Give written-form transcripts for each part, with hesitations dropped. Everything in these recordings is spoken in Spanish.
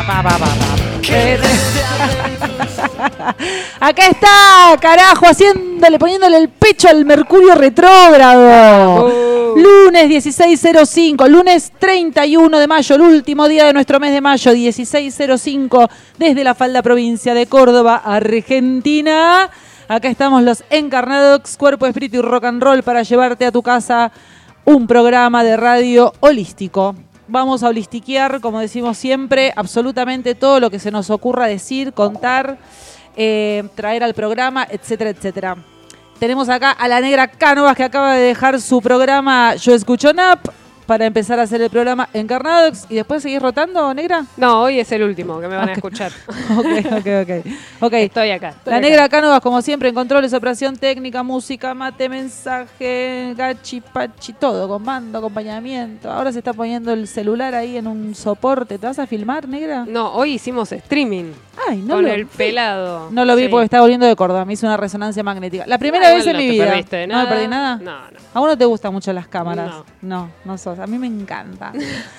Acá está, carajo, poniéndole el pecho al Mercurio retrógrado. Lunes 16:05, lunes 31 de mayo, el último día de nuestro mes de mayo, 16:05, desde la falda provincia de Córdoba, Argentina. Acá estamos los Encarnadox, cuerpo, espíritu y rock and roll para llevarte a tu casa un programa de radio holístico. Vamos a holistiquear, como decimos siempre, absolutamente todo lo que se nos ocurra decir, contar, traer al programa, etcétera, etcétera. Tenemos acá a la negra Cánovas, que acaba de dejar su programa Yo Escucho NAP para empezar a hacer el programa Encarnadox. ¿Y después seguís rotando, negra? No, hoy es el último que me van a escuchar. Ok. Estoy acá. Negra Cánovas, como siempre, en controles, operación técnica, música, mate, mensaje, gachi, pachi, todo, comando, acompañamiento. Ahora se está poniendo el celular ahí en un soporte. ¿Te vas a filmar, negra? No, hoy hicimos streaming. Ay, no con lo el pelado. No lo vi porque estaba volviendo de Córdoba. Me hizo una resonancia magnética. La primera vez en mi vida. ¿No me perdí nada? No. ¿A vos no te gustan mucho las cámaras? No sos. A mí me encanta.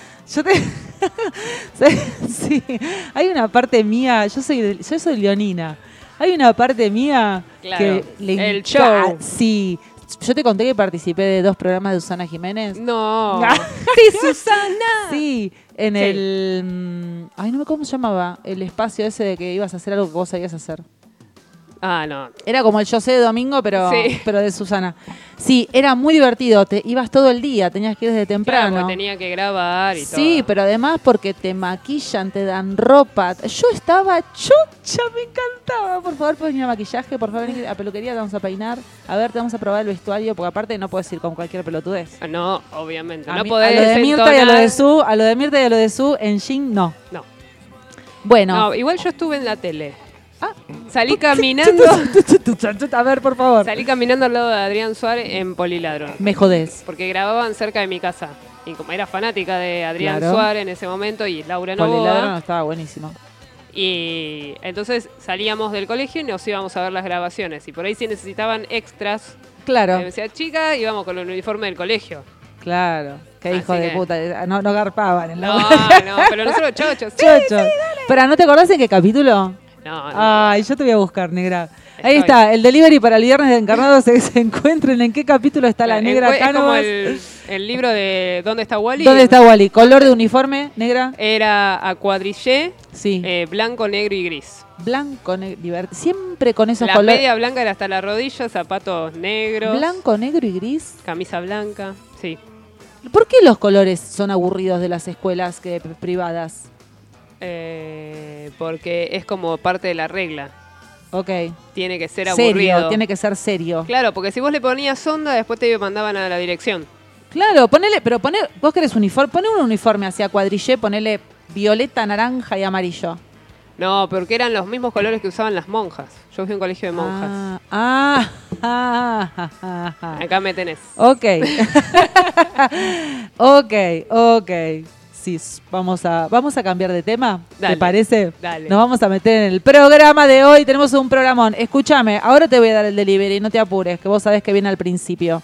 Sí, hay una parte mía, yo soy leonina. Hay una parte mía que le el show. Sí. Yo te conté que participé de 2 programas de Susana Jiménez. No. Sí, Susana. Sí, en el... Ay, no me cómo se llamaba. El espacio ese de que ibas a hacer algo que vos sabías hacer. Ah, no. Era como el Yo sé de domingo, pero de Susana. Sí, era muy divertido. Te ibas todo el día, tenías que ir desde temprano. Claro, tenía que grabar y todo. Sí, pero además porque te maquillan, te dan ropa. Yo estaba chocha, me encantaba. Por favor, puedes venir a maquillaje, por favor, venir a peluquería, te vamos a peinar. A ver, te vamos a probar el vestuario, porque aparte no puedes ir con cualquier pelotudez. No, obviamente. A No mí, podés a lo de Mirta y a lo de Su, en Jin, no. No. Bueno. No, igual yo estuve en la tele. Salí caminando. A ver, por favor. Salí caminando al lado de Adrián Suárez en Poliladron. Me jodés. Porque grababan cerca de mi casa. Y como era fanática de Adrián Suárez en ese momento y Laura Novoa. Poliladron estaba buenísimo. Y entonces salíamos del colegio y nos íbamos a ver las grabaciones. Y por ahí si necesitaban extras. Claro. Me decía, chica, íbamos con el uniforme del colegio. Claro. Qué hijo de puta. No garpaban en la No, pero nosotros chochos. Sí, Pero ¿no te acordás de qué capítulo? No. Ay, yo te voy a buscar, negra. Ahí está, el delivery para el viernes de Encarnados. Se encuentren en qué capítulo está la negra Cánovas. Es como el libro de ¿Dónde está Wally? ¿Dónde está Wally? ¿Color de uniforme, negra? Era a cuadrillé, sí. Blanco, negro y gris. Blanco, negro, siempre con esos colores. colores. La media blanca era hasta la rodilla, zapatos negros. Blanco, negro y gris. Camisa blanca, sí. ¿Por qué los colores son aburridos de las escuelas privadas? Porque es como parte de la regla. Ok. Tiene que ser serio, aburrido. Tiene que ser serio. Claro, porque si vos le ponías onda, después te mandaban a la dirección. Claro, vos querés uniforme, poné un uniforme hacia cuadrillé, ponele violeta, naranja y amarillo. No, porque eran los mismos colores que usaban las monjas. Yo fui a un colegio de monjas. Acá me tenés. Ok. Ok. Sí, vamos a cambiar de tema. Dale, ¿te parece? Dale. Nos vamos a meter en el programa de hoy. Tenemos un programón. Escúchame, ahora te voy a dar el delivery, no te apures, que vos sabés que viene al principio.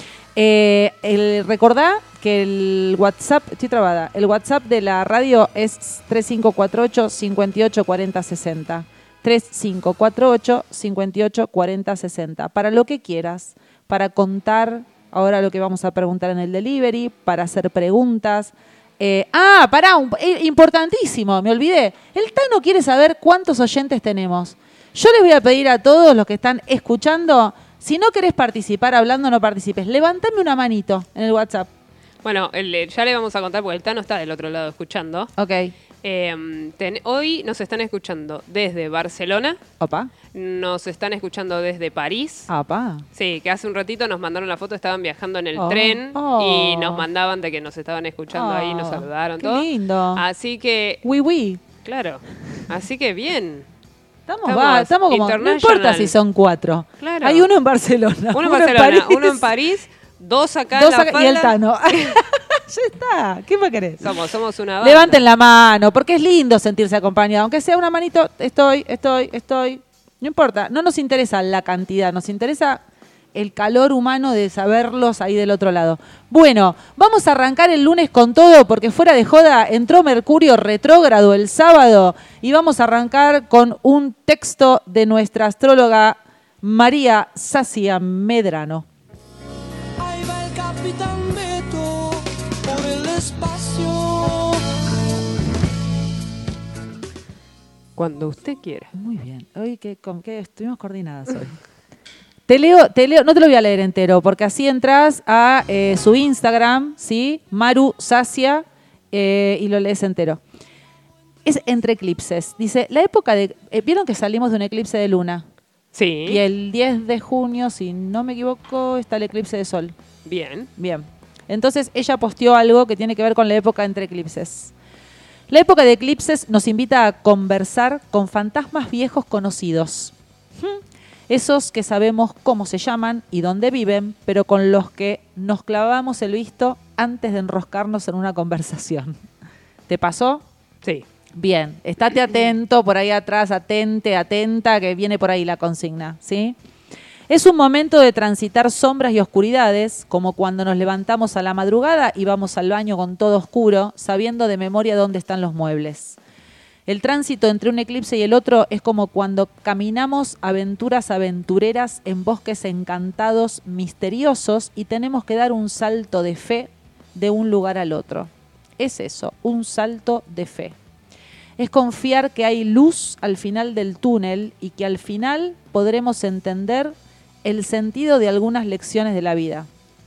Recordá que el WhatsApp, estoy trabada, el WhatsApp de la radio es 3548 58 40 60. 3548 58 40 60. Para lo que quieras, para contar ahora lo que vamos a preguntar en el delivery, para hacer preguntas. Importantísimo, me olvidé. El Tano quiere saber cuántos oyentes tenemos. Yo les voy a pedir a todos los que están escuchando, si no querés participar hablando, no participes. Levantame una manito en el WhatsApp. Bueno, ya le vamos a contar porque el Tano está del otro lado escuchando. Ok. Hoy nos están escuchando desde Barcelona. Opa. Nos están escuchando desde París. Opa. Sí, que hace un ratito nos mandaron la foto, estaban viajando en el tren y nos mandaban de que nos estaban escuchando ahí, nos saludaron qué todo. Lindo. Así que... Oui. Claro. Así que bien. Estamos como... No importa si son 4. Claro. Hay uno en Barcelona. Uno en Barcelona, uno en París, 2 acá en la falda. Y el Tano. Ya está. ¿Qué más querés? Somos una banda. Levanten la mano, porque es lindo sentirse acompañado. Aunque sea una manito, estoy. No importa. No nos interesa la cantidad, nos interesa el calor humano de saberlos ahí del otro lado. Bueno, vamos a arrancar el lunes con todo, porque fuera de joda entró Mercurio retrógrado el sábado y vamos a arrancar con un texto de nuestra astróloga María Sacia Medrano. Ahí va el Capitán Beto por el espacio. Cuando usted quiera. Muy bien. Hoy con qué estuvimos coordinadas hoy. Te leo, no te lo voy a leer entero, porque así entras a su Instagram, ¿sí? Maru Sacia, y lo lees entero. Es entre eclipses. Dice, la época de... ¿Vieron que salimos de un eclipse de luna? Sí. Y el 10 de junio, si no me equivoco, está el eclipse de sol. Bien. Bien. Entonces ella posteó algo que tiene que ver con la época entre eclipses. La época de eclipses nos invita a conversar con fantasmas viejos conocidos. Esos que sabemos cómo se llaman y dónde viven, pero con los que nos clavamos el visto antes de enroscarnos en una conversación. ¿Te pasó? Sí. Bien, estate atento por ahí atrás, atenta, que viene por ahí la consigna, ¿sí? Es un momento de transitar sombras y oscuridades, como cuando nos levantamos a la madrugada y vamos al baño con todo oscuro, sabiendo de memoria dónde están los muebles. El tránsito entre un eclipse y el otro es como cuando caminamos aventuras aventureras en bosques encantados, misteriosos, y tenemos que dar un salto de fe de un lugar al otro. Es eso, un salto de fe. Es confiar que hay luz al final del túnel y que al final podremos entender el sentido de algunas lecciones de la vida.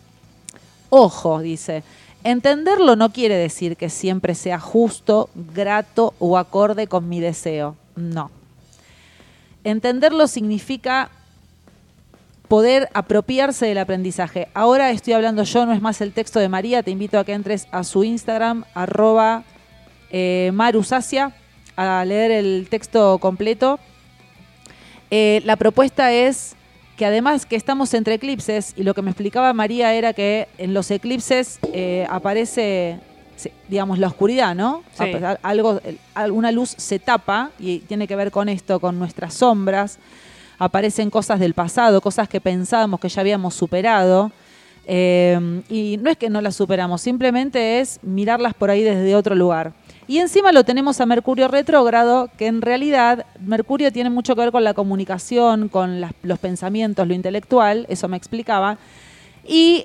Ojo, dice, entenderlo no quiere decir que siempre sea justo, grato o acorde con mi deseo. No. Entenderlo significa poder apropiarse del aprendizaje. Ahora estoy hablando yo, no es más el texto de María. Te invito a que entres a su Instagram, @Maru Sacia, a leer el texto completo. La propuesta es que además que estamos entre eclipses, y lo que me explicaba María era que en los eclipses aparece, digamos, la oscuridad, ¿no? Sí. Alguna luz se tapa y tiene que ver con esto, con nuestras sombras. Aparecen cosas del pasado, cosas que pensábamos que ya habíamos superado. Y no es que no las superamos, simplemente es mirarlas por ahí desde otro lugar. Y encima lo tenemos a Mercurio retrógrado, que en realidad Mercurio tiene mucho que ver con la comunicación, con los pensamientos, lo intelectual, eso me explicaba. Y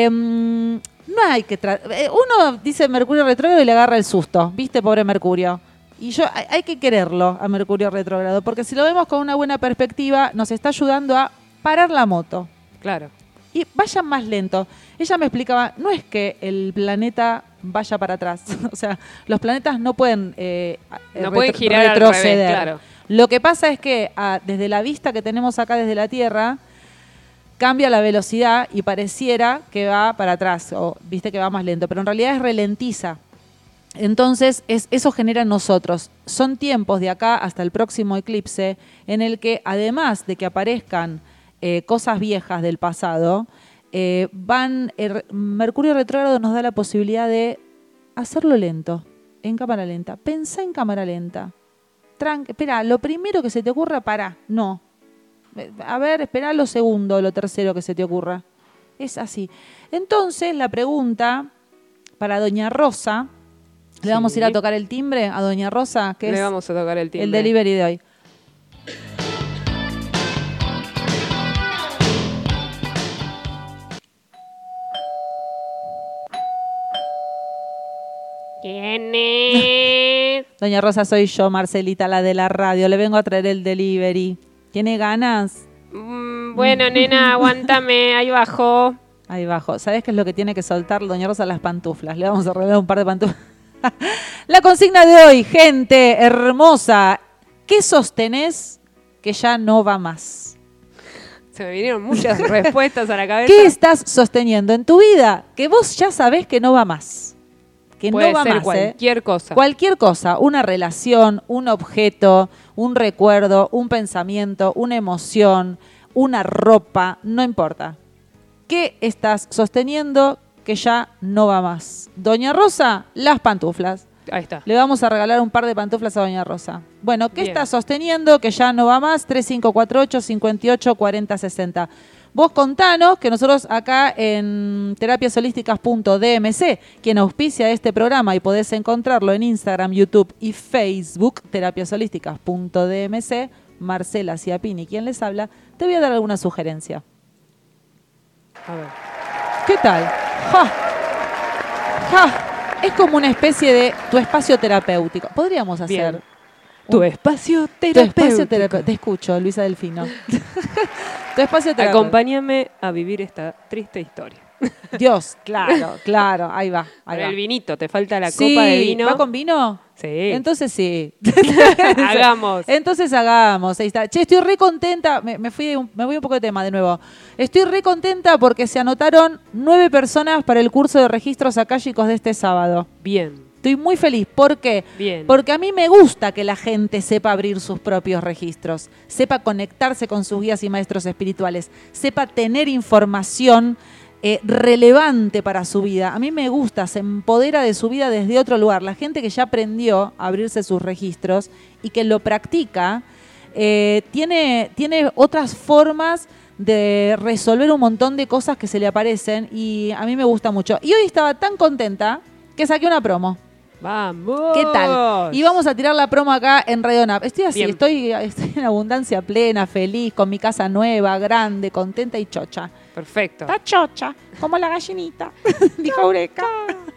no hay que... uno dice Mercurio retrógrado y le agarra el susto, ¿viste? Pobre Mercurio. Y hay que quererlo a Mercurio retrógrado, porque si lo vemos con una buena perspectiva, nos está ayudando a parar la moto. Claro. Y vayan más lento. Ella me explicaba, no es que el planeta vaya para atrás. O sea, los planetas no pueden, no pueden girar retroceder. Al revés, claro. Lo que pasa es que desde la vista que tenemos acá desde la Tierra, cambia la velocidad y pareciera que va para atrás, o viste que va más lento, pero en realidad es ralentiza. Entonces, eso genera en nosotros. Son tiempos de acá hasta el próximo eclipse en el que, además de que aparezcan cosas viejas del pasado, Mercurio retrógrado nos da la posibilidad de hacerlo lento, en cámara lenta. Pensá en cámara lenta. Espera, lo primero que se te ocurra, pará. No. A ver, espera lo segundo, lo tercero que se te ocurra. Es así. Entonces, la pregunta para Doña Rosa, le vamos a ir a tocar el timbre a Doña Rosa, que le es vamos a tocar el timbre. El delivery de hoy. ¿Quién es? Doña Rosa, soy yo, Marcelita, la de la radio. Le vengo a traer el delivery. ¿Tiene ganas? Bueno, nena, aguántame, ahí bajo. Ahí bajo. ¿Sabés qué es lo que tiene que soltar, Doña Rosa? Las pantuflas. Le vamos a regalar un par de pantuflas. La consigna de hoy, gente hermosa. ¿Qué sostenés que ya no va más? Se me vinieron muchas respuestas a la cabeza. ¿Qué estás sosteniendo en tu vida que vos ya sabés que no va más? Que Puede no va ser más, cualquier cosa. Cualquier cosa, una relación, un objeto, un recuerdo, un pensamiento, una emoción, una ropa, no importa. ¿Qué estás sosteniendo que ya no va más? Doña Rosa, las pantuflas. Ahí está. Le vamos a regalar un par de pantuflas a Doña Rosa. Bueno, ¿qué Bien. estás sosteniendo que ya no va más? 3548-584060. vos contanos, que nosotros acá en terapiasolísticas.dmc, quien auspicia este programa y podés encontrarlo en Instagram, YouTube y Facebook, terapiasolísticas.dmc, Marcela Ciapini, quien les habla, te voy a dar alguna sugerencia. A ver. ¿Qué tal? ¡Ja! ¡Ja! Es como una especie de tu espacio terapéutico. Podríamos hacer... Bien. Tu espacio terapéutico. Te escucho, Luisa Delfino. Tu espacio terapéutico. Acompáñame a vivir esta triste historia. Dios, claro, ahí va. El vinito, te falta la copa de vino. ¿Va con vino? Sí. Entonces sí. Hagamos. Entonces hagamos. Ahí está. Che, estoy re contenta. Me voy un poco de tema de nuevo. Estoy re contenta porque se anotaron 9 personas para el curso de registros akáshicos de este sábado. Bien. Estoy muy feliz. ¿Por qué? Bien. Porque a mí me gusta que la gente sepa abrir sus propios registros, sepa conectarse con sus guías y maestros espirituales, sepa tener información relevante para su vida. A mí me gusta, se empodera de su vida desde otro lugar. La gente que ya aprendió a abrirse sus registros y que lo practica, tiene otras formas de resolver un montón de cosas que se le aparecen y a mí me gusta mucho. Y hoy estaba tan contenta que saqué una promo. ¡Vamos! ¿Qué tal? Y vamos a tirar la promo acá en Radio NAP. Estoy así, Bien. estoy en abundancia plena, feliz, con mi casa nueva, grande, contenta y chocha. Perfecto. Está chocha, como la gallinita, dijo Eureka.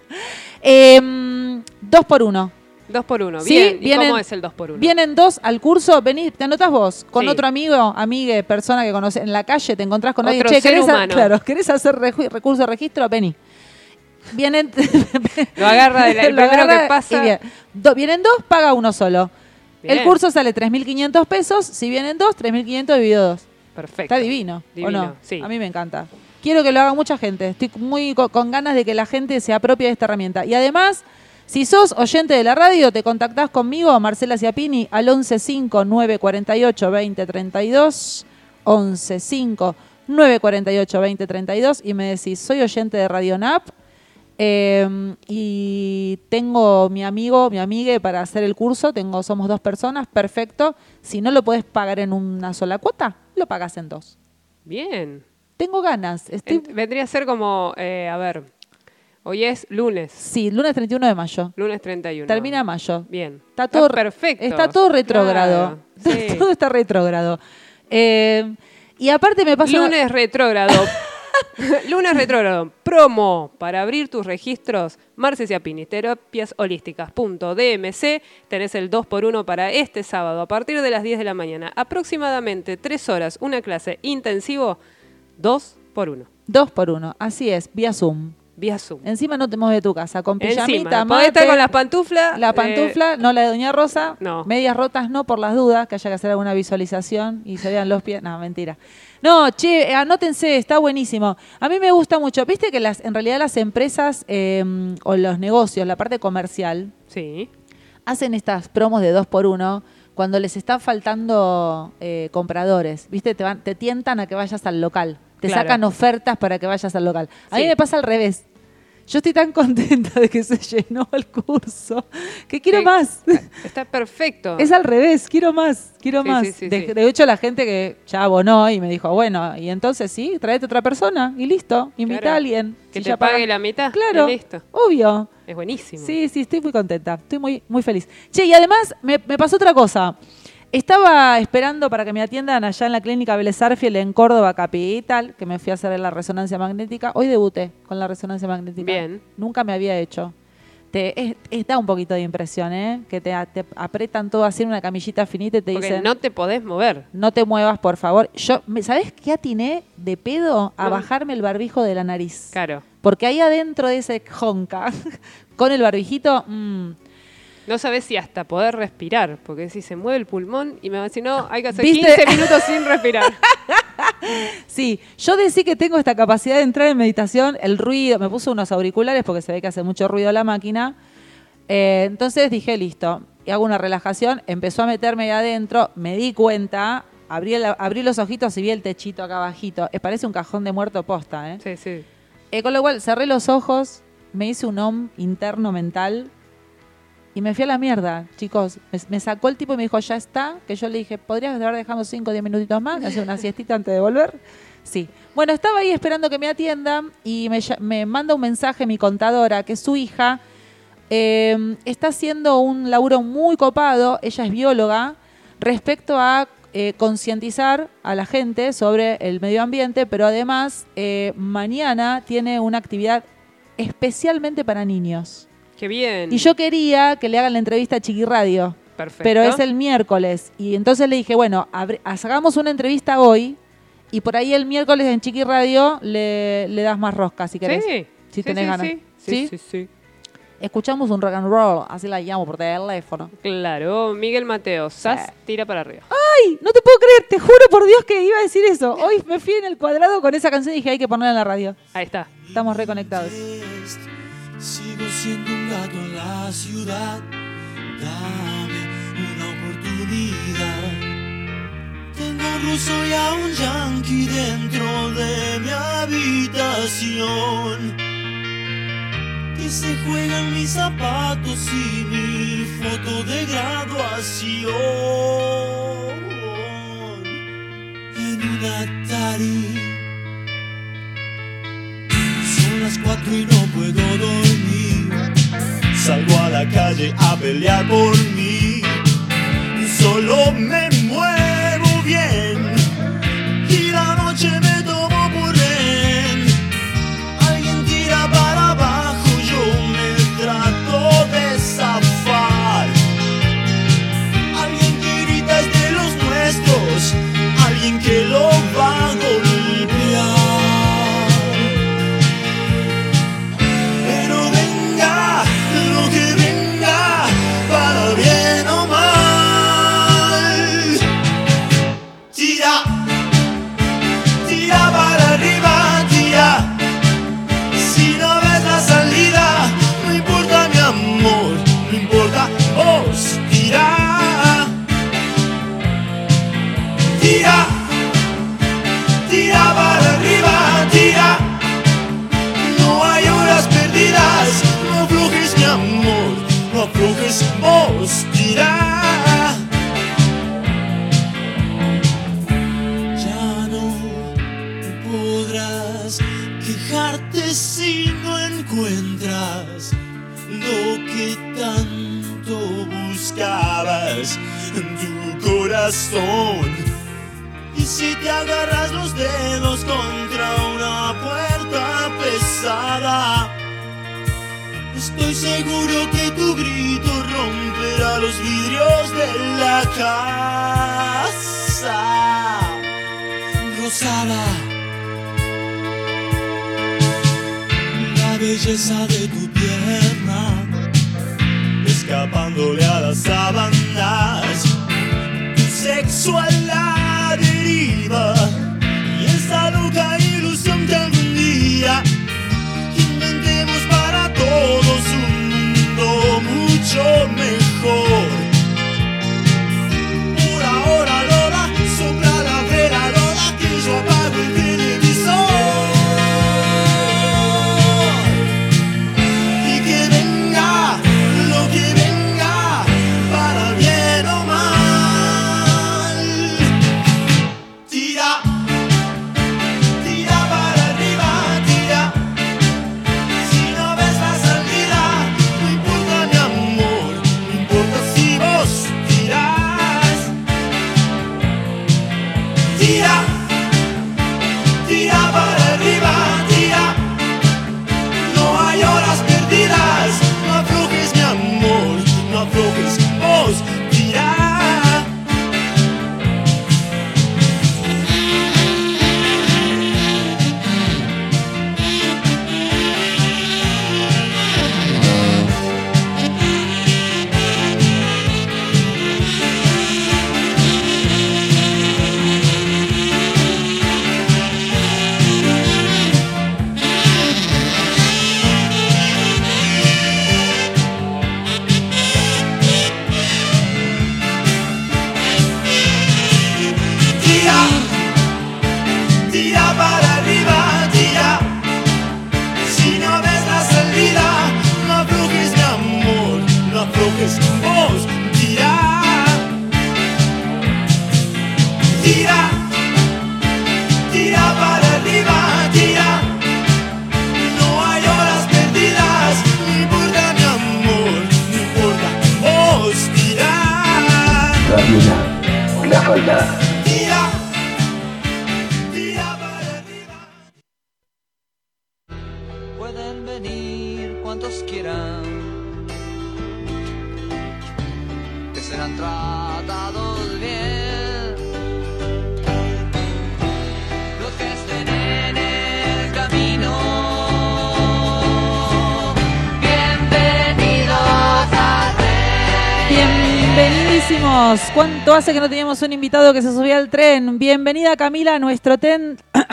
2 por 1. 2 por 1. Sí, Bien. ¿Y vienen- cómo es el 2 por 1? Vienen 2 al curso, venís, te anotás vos, con Sí. otro amigo, amigue, persona que conoces en la calle, te encontrás con alguien. Otro ser ¿querés, humano. ¿querés hacer recurso de registro? Vení. Vienen, Lo agarra el lo primero agarra que pasa. y bien. Vienen 2, paga uno solo. Bien. El curso sale 3.500 pesos, si vienen 2, 3.500 dividido 2. Perfecto. Está divino, Divino, ¿o no? sí. A mí me encanta. Quiero que lo haga mucha gente. Estoy muy con ganas de que la gente se apropie de esta herramienta. Y además, si sos oyente de la radio, te contactás conmigo, Marcela Ciapini, al 1159482032, 1159482032, y me decís, soy oyente de Radio NAP, y tengo mi amigo, mi amigue para hacer el curso, somos 2 personas, perfecto. Si no lo podés pagar en una sola cuota, lo pagás en 2. Bien. Tengo ganas. Vendría a ser como, a ver, hoy es lunes. Sí, lunes 31 de mayo. Lunes 31. Termina mayo. Bien. Está todo perfecto. Está todo retrógrado. Claro, sí. Todo está retrógrado. Y aparte me pasa... Lunes retrógrado. Lunes retrógrado. Promo para abrir tus registros. Marce Ciapini, terapiasolísticas.dmc. Tenés el 2 por 1 para este sábado a partir de las 10 de la mañana. Aproximadamente 3 horas, una clase intensivo, 2 por 1. 2 por 1, así es, vía Zoom. Vía Zoom. Encima no te mueves de tu casa, con pijamita, Encima, mate, podés estar con las pantuflas. la pantufla, no la de Doña Rosa, No. medias rotas no por las dudas, que haya que hacer alguna visualización y se vean los pies. No, mentira. No, che, anótense, está buenísimo. A mí me gusta mucho. Viste que en realidad las empresas o los negocios, la parte comercial, Sí. hacen estas promos de 2 por 1 cuando les está faltando compradores. ¿Viste? Te tientan a que vayas al local. Te Claro. sacan ofertas para que vayas al local. A mí Sí. me pasa al revés. Yo estoy tan contenta de que se llenó el curso que quiero más. Está perfecto. Es al revés, quiero más, quiero Sí, más. sí, sí, de, sí. de hecho, la gente que ya abonó y me dijo, bueno, y entonces sí, tráete otra persona y listo, invita Claro. a alguien. Que Si te ya pague pagan. la mitad. Claro, Y listo. obvio. Es buenísimo. Sí, sí, estoy muy contenta. Estoy muy, muy feliz. Che, y además me pasó otra cosa. Estaba esperando para que me atiendan allá en la clínica Vélez Arfiel en Córdoba capital, que me fui a hacer la resonancia magnética. Hoy debuté con la resonancia magnética. Bien. Nunca me había hecho. Da un poquito de impresión, ¿eh? Que te apretan todo así en una camillita finita y te Porque dicen, no te podés mover. no te muevas, por favor. ¿Sabés qué atiné de pedo a No. bajarme el barbijo de la nariz? Claro. Porque ahí adentro de ese jonca, con el barbijito, No sabés si hasta poder respirar, porque si se mueve el pulmón y me va a decir, no, hay que hacer ¿Viste? 15 minutos sin respirar. sí, yo decí que tengo esta capacidad de entrar en meditación, el ruido, me puse unos auriculares porque se ve que hace mucho ruido la máquina, entonces dije, listo, y hago una relajación, empezó a meterme ahí adentro, me di cuenta, abrí los ojitos y vi el techito acá abajito, parece un cajón de muerto posta, ¿eh? Sí, sí. Con lo cual cerré los ojos, me hice un om interno mental y me fui a la mierda, chicos. Me sacó el tipo y me dijo, ya está. Que yo le dije, ¿podrías haber dejado 5 o 10 minutitos más? Hacer una siestita antes de volver. Sí. Bueno, estaba ahí esperando que me atiendan y me manda un mensaje mi contadora que su hija está haciendo un laburo muy copado, ella es bióloga, respecto a concientizar a la gente sobre el medio ambiente, pero además mañana tiene una actividad especialmente para niños. ¡Qué bien! Y yo quería que le hagan la entrevista a Chiqui Radio. Perfecto. Pero es el miércoles. Y entonces le dije, bueno, hagamos una entrevista hoy y por ahí el miércoles en Chiqui Radio le das más rosca, si querés. Sí. Si tenés ganas. Sí. Escuchamos un rock and roll, así la llamo por teléfono. Claro, Miguel Mateo, Sass, tira para arriba. ¡Ay! No te puedo creer, te juro por Dios que iba a decir eso. Hoy me fui en el cuadrado con esa canción y dije, hay que ponerla en la radio. Ahí está. Estamos reconectados. Sigo siendo un gato en la ciudad. Dame una oportunidad. Tengo un ruso y a un yanqui dentro de mi habitación. Que se juegan mis zapatos y mi foto de graduación. En un Atari. Son las 4 y no puedo dormir. Salgo a la calle a pelear por mí. Solo me muevo bien y la noche me tomo por rehén. Alguien tira para abajo, yo me trato de zafar. Alguien que grita es de los nuestros, alguien que lo va a golpear. Pero venga lo que venga, para bien o mal. Tira, tira para arriba, tira. Si no ves la salida, no importa mi amor, no importa vos. Tira, tira, tira para arriba, tira. No hay horas perdidas, no aflojes mi amor, no aflojes vos. Tira. Quejarte si no encuentras lo que tanto buscabas en tu corazón. Y si te agarras los dedos contra una puerta pesada, estoy seguro que tu grito romperá los vidrios de la casa. Rosada, la belleza de tu pierna, escapándole a las sábanas, tu sexo a la deriva, y esa loca ilusión que algún día inventemos para todos un mundo mucho mejor. Por ahora, Lola, sopla la vela, Lola, que yo apago el televisor. pueden venir cuantos quieran, que serán tratados bien. Los que estén en el camino, bienvenidos al tren. Bienvenidísimos. ¿Cuánto hace que no teníamos un invitado que se subía al tren? Bienvenida, Camila, a nuestro tren,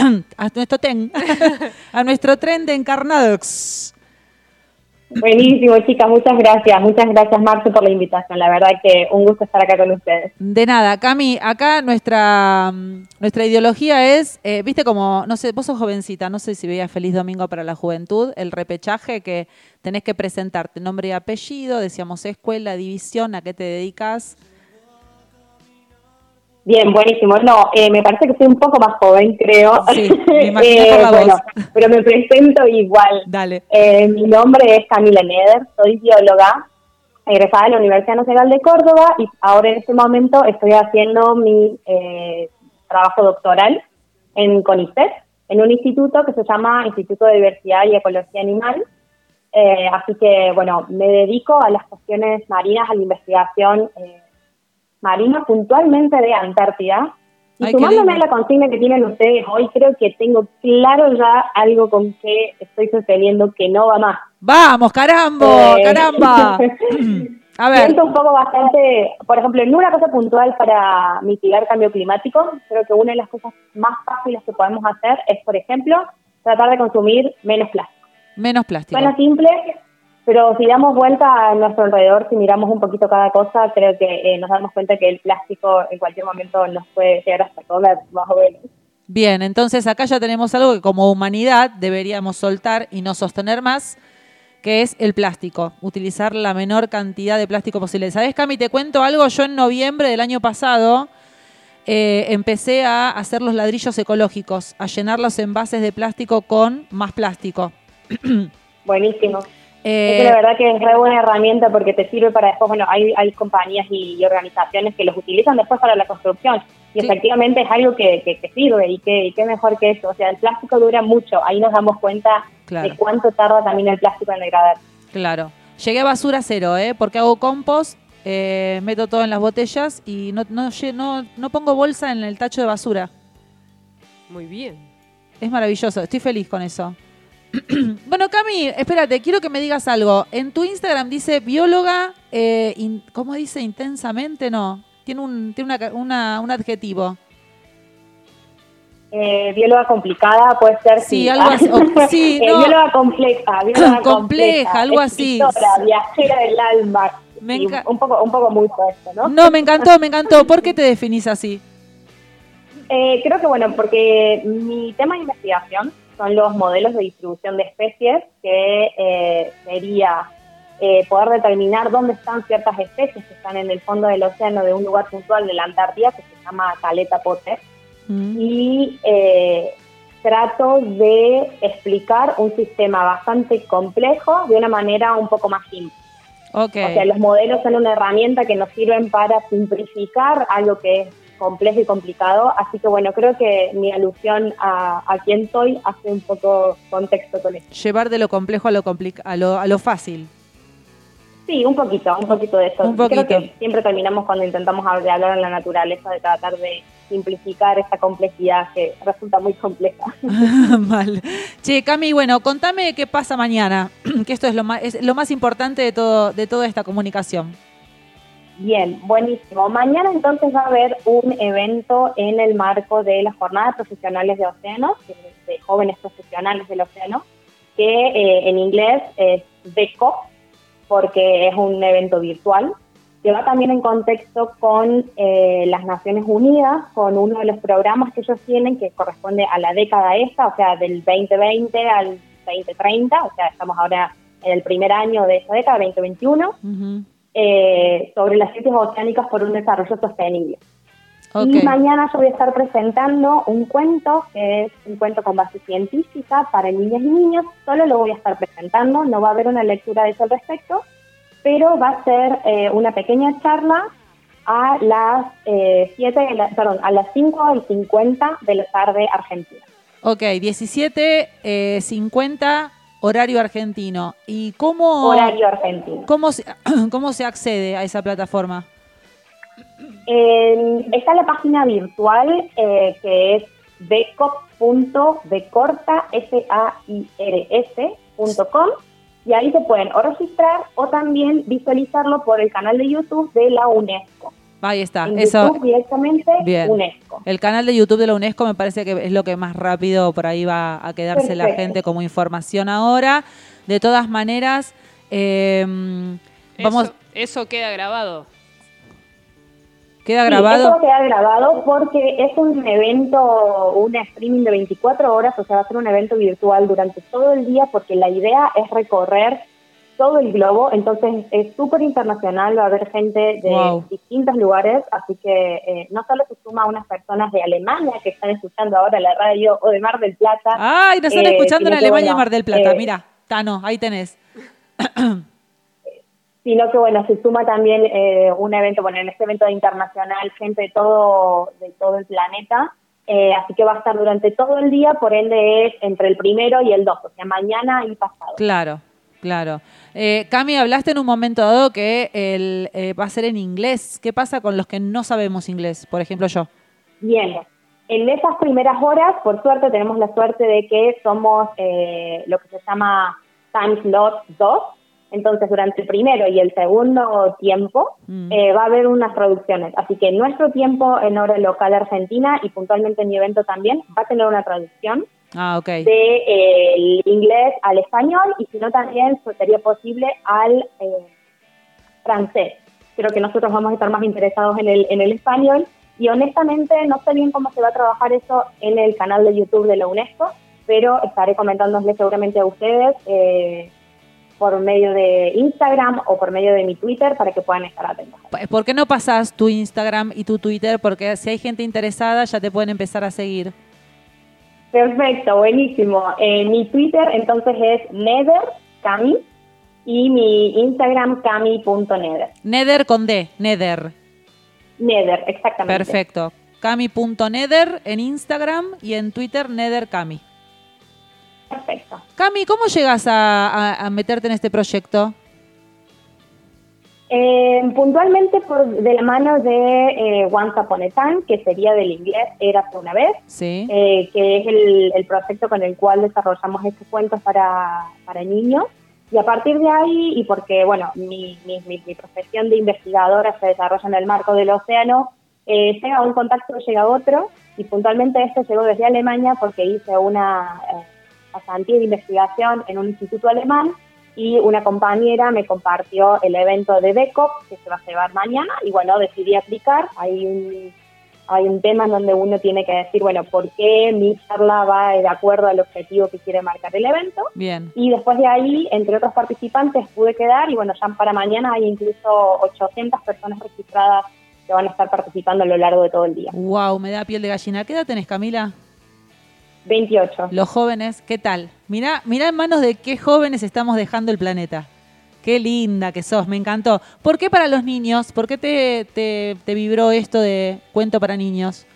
a nuestro tren de Encarnadox. Buenísimo, chicas, muchas gracias. Muchas gracias, Marce, por la invitación. La verdad que un gusto estar acá con ustedes. De nada, Cami, acá nuestra ideología es, viste como, no sé, vos sos jovencita, no sé si veías Feliz Domingo para la Juventud, el repechaje que tenés que presentarte, nombre y apellido, decíamos escuela, división, a qué te dedicas. Bien, buenísimo. No, me parece que soy un poco más joven, creo. Sí, me imaginé por la voz. Pero me presento igual. Dale. Mi nombre es Camila Neder, soy bióloga, egresada de la Universidad Nacional de Córdoba y ahora en este momento estoy haciendo mi trabajo doctoral en CONICET, en un instituto que se llama Instituto de Diversidad y Ecología Animal. Así que, bueno, me dedico a las cuestiones marinas, a la investigación marina, puntualmente de Antártida. Y sumándome a la consigna que tienen ustedes hoy, creo que tengo claro ya algo con que estoy sosteniendo que no va más. ¡Vamos, caramba! A ver. Siento un poco bastante, por ejemplo, en una cosa puntual para mitigar cambio climático, creo que una de las cosas más fáciles que podemos hacer es, por ejemplo, tratar de consumir menos plástico. Menos plástico. Suena simple, pero si damos vuelta a nuestro alrededor, si miramos un poquito cada cosa, creo que nos damos cuenta que el plástico en cualquier momento nos puede llegar hasta comer, más o menos. Bien, entonces acá ya tenemos algo que como humanidad deberíamos soltar y no sostener más, que es el plástico. Utilizar la menor cantidad de plástico posible. ¿Sabés, Cami? Te cuento algo. Yo en noviembre del año pasado empecé a hacer los ladrillos ecológicos, a llenar los envases de plástico con más plástico. Buenísimo. Es que la verdad que es re buena herramienta porque te sirve para después, bueno, hay compañías y organizaciones que los utilizan después para la construcción y sí, efectivamente es algo que sirve y qué mejor que eso. O sea, el plástico dura mucho, ahí nos damos cuenta de cuánto tarda también el plástico en degradar. Claro. Llegué a basura cero, porque hago compost, meto todo en las botellas y no pongo bolsa en el tacho de basura. Muy bien. Es maravilloso, estoy feliz con eso. Bueno, Cami, espérate, quiero que me digas algo. En tu Instagram dice bióloga, ¿cómo dice? Intensamente, no. Tiene un adjetivo. Bióloga complicada, puede ser. Sí, algo así. Sí, no. Bióloga compleja. Compleja, algo así. Viajera del alma. Un poco muy fuerte, ¿no? No, me encantó. ¿Por qué te definís así? Creo que, bueno, porque mi tema de investigación son los modelos de distribución de especies, que sería poder determinar dónde están ciertas especies que están en el fondo del océano de un lugar puntual de la Antártida, que se llama Caleta Potter, y trato de explicar un sistema bastante complejo de una manera un poco más simple. Okay. O sea, los modelos son una herramienta que nos sirven para simplificar algo que es complejo y complicado, así que bueno, creo que mi alusión a quién soy hace un poco contexto con esto. Llevar de lo complejo a lo fácil. Sí, un poquito de eso. Un poquito. Creo que siempre terminamos cuando intentamos hablar en la naturaleza, de tratar de simplificar esta complejidad que resulta muy compleja. Mal. Che, Cami, bueno, contame qué pasa mañana, que esto es lo más importante de toda esta comunicación. Bien, buenísimo. Mañana entonces va a haber un evento en el marco de las jornadas profesionales de océano, de jóvenes profesionales del océano, que en inglés es DECO, porque es un evento virtual, que va también en contexto con las Naciones Unidas, con uno de los programas que ellos tienen, que corresponde a la década esta, o sea, del 2020 al 2030, o sea, estamos ahora en el primer año de esa década, 2021, sobre las ciencias oceánicas por un desarrollo sostenible. Okay. Y mañana yo voy a estar presentando un cuento, que es un cuento con base científica para niñas y niños. Solo lo voy a estar presentando, no va a haber una lectura de eso al respecto, pero va a ser una pequeña charla a las 5:50 de la tarde argentina. Ok, 17:50 Horario argentino. ¿Y cómo, Horario argentino. cómo se accede a esa plataforma? Está la página virtual que es becop.sairs.com y ahí se pueden o registrar o también visualizarlo por el canal de YouTube de la UNESCO. Ahí está. En Eso, YouTube directamente, bien. UNESCO. El canal de YouTube de la UNESCO me parece que es lo que más rápido por ahí va a quedarse la Perfecto. gente como información ahora. De todas maneras, vamos, Eso queda grabado. queda Sí, grabado. eso queda grabado porque es un evento, un streaming de 24 horas, o sea, va a ser un evento virtual durante todo el día porque la idea es recorrer todo el globo, entonces es súper internacional, va a haber gente de Wow. distintos lugares, así que no solo se suma unas personas de Alemania que están escuchando ahora la radio o de Mar del Plata. Ay, nos están escuchando en sino que, Alemania y bueno, Mar del Plata. Mira, Tano, ahí tenés. sino que bueno, se suma también un evento, bueno, en este evento internacional, gente de todo el planeta, así que va a estar durante todo el día, por ende es entre el 1 y el 2, o sea, mañana y pasado. Claro, claro. Cami, hablaste en un momento dado que va a ser en inglés. ¿Qué pasa con los que no sabemos inglés? Por ejemplo, yo. Bien, en esas primeras horas, por suerte, tenemos la suerte de que somos lo que se llama Time Slot 2, entonces durante el primero y el segundo tiempo va a haber unas traducciones, así que nuestro tiempo en hora local argentina y puntualmente en mi evento también va a tener una traducción Ah, ok. del inglés al español y si no también sería posible al francés. Creo que nosotros vamos a estar más interesados en el español y honestamente no sé bien cómo se va a trabajar eso en el canal de YouTube de la UNESCO, pero estaré comentándoles seguramente a ustedes por medio de Instagram o por medio de mi Twitter para que puedan estar atentos. ¿Por qué no pasás tu Instagram y tu Twitter? Porque si hay gente interesada ya te pueden empezar a seguir. Perfecto, buenísimo. Mi Twitter entonces es nethercami y mi Instagram cami.nether. Nether con D, Nether. Nether, exactamente. Perfecto. Cami.nether en Instagram y en Twitter nethercami. Perfecto. Cami, ¿cómo llegas a meterte en este proyecto? Puntualmente de la mano de Once Upon a Time, que sería del inglés Érase una vez, Sí. que es el proyecto con el cual desarrollamos estos cuentos para niños. Y a partir de ahí, y porque bueno mi profesión de investigadora se desarrolla en el marco del océano, llega un contacto, llega otro, y puntualmente este llegó desde Alemania porque hice una pasantía de investigación en un instituto alemán, y una compañera me compartió el evento de Becop que se va a llevar mañana y bueno, decidí aplicar. Hay un tema en donde uno tiene que decir, bueno, ¿por qué mi charla va de acuerdo al objetivo que quiere marcar el evento? Bien. Y después de ahí, entre otros participantes, pude quedar y bueno, ya para mañana hay incluso 800 personas registradas que van a estar participando a lo largo de todo el día. Wow, me da piel de gallina. ¿Qué edad tenés, Camila? 28. Los jóvenes, ¿qué tal? Mirá en manos de qué jóvenes estamos dejando el planeta. Qué linda que sos, me encantó. ¿Por qué para los niños? ¿Por qué te vibró esto de cuento para niños?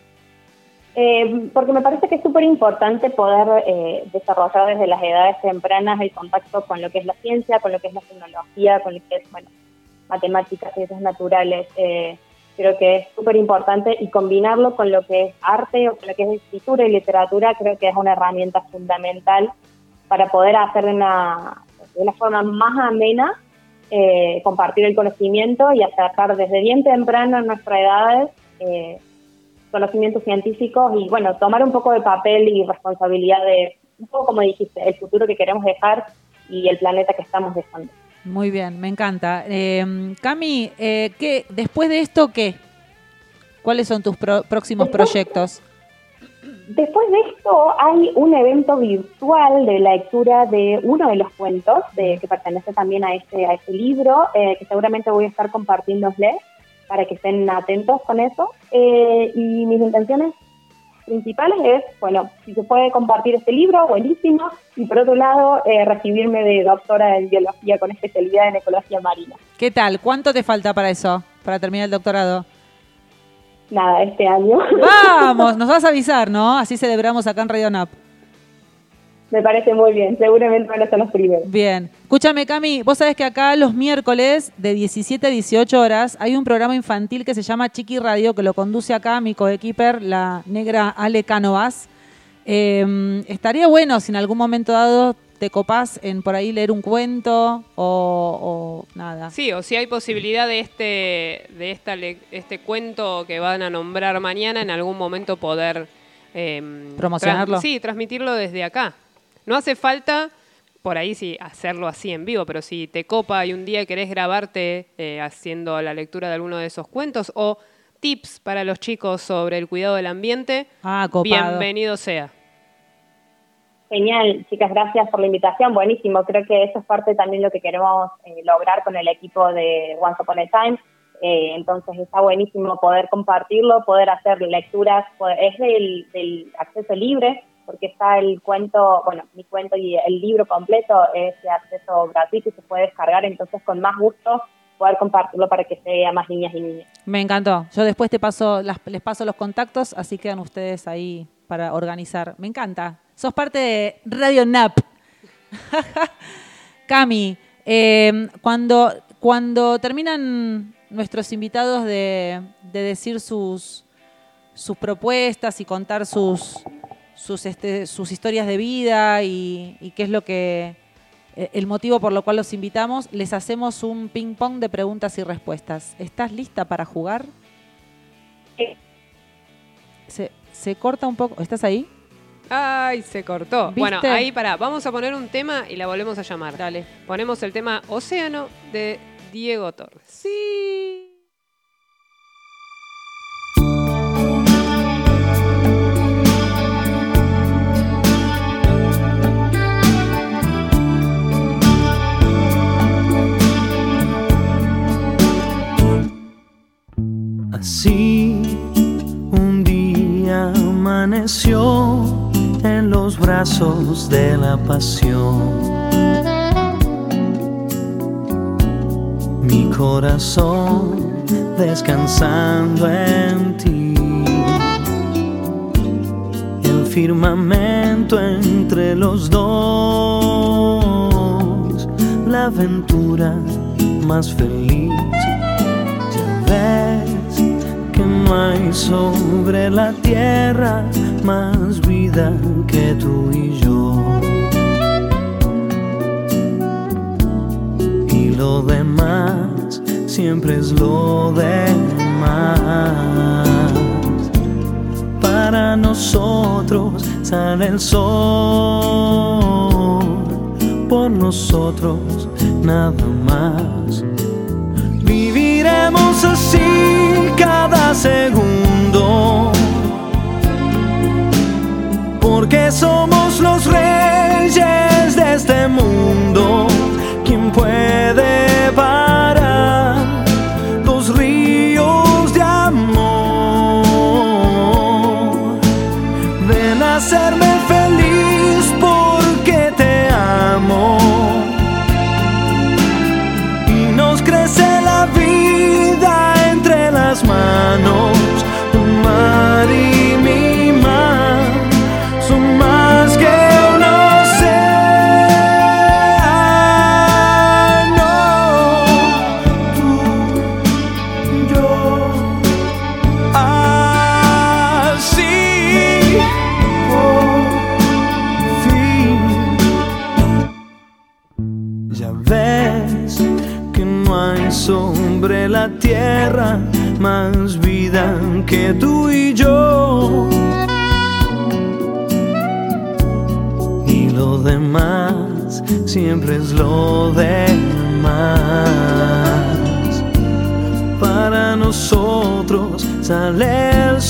Porque me parece que es súper importante poder desarrollar desde las edades tempranas el contacto con lo que es la ciencia, con lo que es la tecnología, con lo que es, bueno, matemáticas, ciencias naturales. Creo que es súper importante y combinarlo con lo que es arte o con lo que es escritura y literatura creo que es una herramienta fundamental para poder hacer de una forma más amena, compartir el conocimiento y acercar desde bien temprano en nuestras edades conocimientos científicos y bueno, tomar un poco de papel y responsabilidad de, un poco como dijiste, el futuro que queremos dejar y el planeta que estamos dejando. Muy bien, me encanta. Cami, después de esto, ¿qué? ¿Cuáles son tus próximos proyectos? Después de esto hay un evento virtual de lectura de uno de los cuentos que pertenece también a este libro, que seguramente voy a estar compartiéndosles para que estén atentos con eso. Y mis intenciones principales es, bueno, si se puede compartir este libro, buenísimo, y por otro lado, recibirme de doctora en biología con especialidad en ecología marina. ¿Qué tal? ¿Cuánto te falta para eso, para terminar el doctorado? Nada, este año. Vamos, nos vas a avisar, ¿no? Así celebramos acá en Radio NAP. Me parece muy bien, seguramente van a ser los primeros. Bien. Escúchame, Cami, vos sabés que acá los miércoles de 17 a 18 horas hay un programa infantil que se llama Chiqui Radio, que lo conduce acá mi coequiper, la negra Ale Cánovas. Estaría bueno si en algún momento dado te copás en por ahí leer un cuento o nada. Sí, o si hay posibilidad de este cuento que van a nombrar mañana, en algún momento poder promocionarlo. Transmitirlo desde acá. No hace falta, por ahí sí, hacerlo así en vivo, pero si te copa y un día querés grabarte haciendo la lectura de alguno de esos cuentos o tips para los chicos sobre el cuidado del ambiente, copado. Bienvenido sea. Genial, chicas, gracias por la invitación, buenísimo. Creo que eso es parte también de lo que queremos lograr con el equipo de Once Upon a Time. Entonces está buenísimo poder compartirlo, poder hacer lecturas, es del acceso libre, porque está el cuento, bueno, mi cuento y el libro completo es de acceso gratuito y se puede descargar, entonces con más gusto poder compartirlo para que llegue a más niñas y niños. Me encantó. Yo después les paso los contactos, así quedan ustedes ahí para organizar. Me encanta. Sos parte de Radio NAP. Cami, cuando terminan nuestros invitados de decir sus propuestas y contar sus historias de vida y qué es lo que el motivo por lo cual los invitamos, les hacemos un ping pong de preguntas y respuestas. ¿Estás lista para jugar? Se corta un poco. ¿Estás ahí? Ay, se cortó. ¿Viste? Bueno, ahí vamos a poner un tema y la volvemos a llamar. Dale. Ponemos el tema Océano de Diego Torres. Sí. Así un día amaneció en los brazos de la pasión. Mi corazón descansando en ti. El firmamento entre los dos. La aventura más feliz. Ya ves que no hay sobre la tierra más vida que tú y yo. Y lo demás siempre es lo demás. Para nosotros sale el sol, por nosotros nada más. Viviremos así cada segundo, porque somos los reyes de este mundo. ¿Quién puede parar los ríos de amor? Ven a hacerme feliz porque te amo. Y nos crece la vida entre las manos. Tu mar y mi mar son más que un océano. Tú, yo, así por fin. Ya ves que no hay sobre la tierra más vida que tú y yo. Y lo demás siempre es lo demás. Para nosotros sale el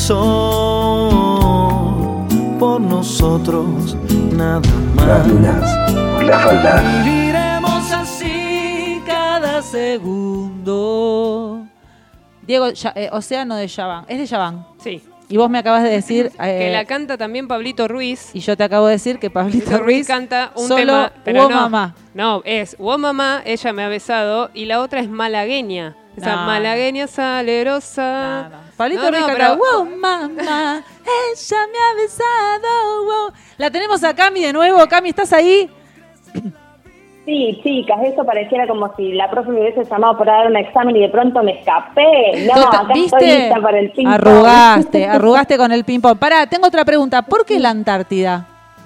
sol, por nosotros nada más. La falda. Viviremos así cada Segundo. Diego, Océano de Yaván. Es de Yaván. Sí. Y vos me acabas de decir... Que la canta también Pablito Ruiz. Y yo te acabo de decir que Pablito Ruiz canta un solo tema, pero Wo no, Mamá. No, es Wo Mamá, ella me ha besado, y la otra es malagueña. Esa No. malagueña salerosa. Pablito No, Ruiz canta, pero- wow, mamá, ella me ha besado, wow. La tenemos a Cami de nuevo. Cami, ¿estás ahí? Sí, chicas, eso pareciera como si la profe me hubiese llamado para dar un examen y de pronto me escapé. No, Tota- acá estoy lista para el ping-pong. Arrugaste con el ping-pong. Pará, tengo otra pregunta. ¿Por qué la Antártida?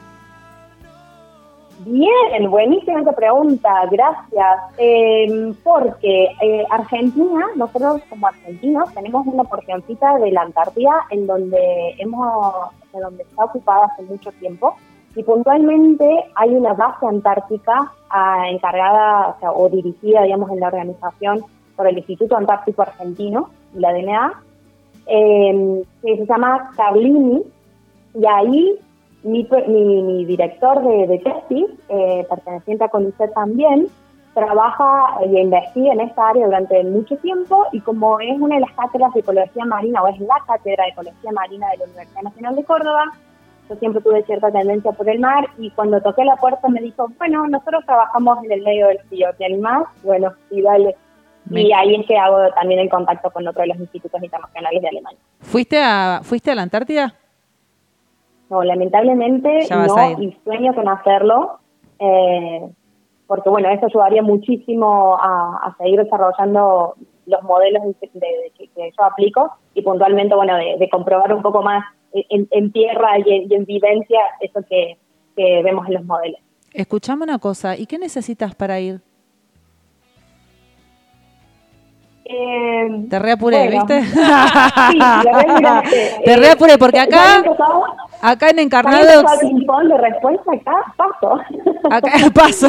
Bien, buenísima esa pregunta, gracias. Porque Argentina, nosotros como argentinos tenemos una porcioncita de la Antártida en donde donde está ocupada hace mucho tiempo y puntualmente hay una base antártica encargada o dirigida, digamos, en la organización por el Instituto Antártico Argentino, la DNA, que se llama Carlini, y ahí mi director de tesis, perteneciente a CONICET también, trabaja y investiga en esta área durante mucho tiempo, y como es una de las cátedras de Ecología Marina, o es la cátedra de Ecología Marina de la Universidad Nacional de Córdoba, yo siempre tuve cierta tendencia por el mar, y cuando toqué la puerta me dijo, bueno, nosotros trabajamos en el medio del frío, ¿te animás? Bueno, sí, dale. Y ahí es que hago también el contacto con otro de los institutos internacionales de Alemania. ¿Fuiste a la Antártida? No, lamentablemente Ya vas a ir. no, y sueño con hacerlo, porque bueno, eso ayudaría muchísimo a seguir desarrollando los modelos que yo aplico, y puntualmente, bueno, de comprobar un poco más en tierra y en vivencia eso que vemos en los modelos. Escuchame una cosa. ¿Y qué necesitas para ir? Te reapuré, bueno. ¿viste? Sí, la verdad, mira, Te reapuré porque ¿ya acá había empezado? en ¿Ya había Encarnados... empezado el ping-pong de respuesta acá? Paso. Acá paso.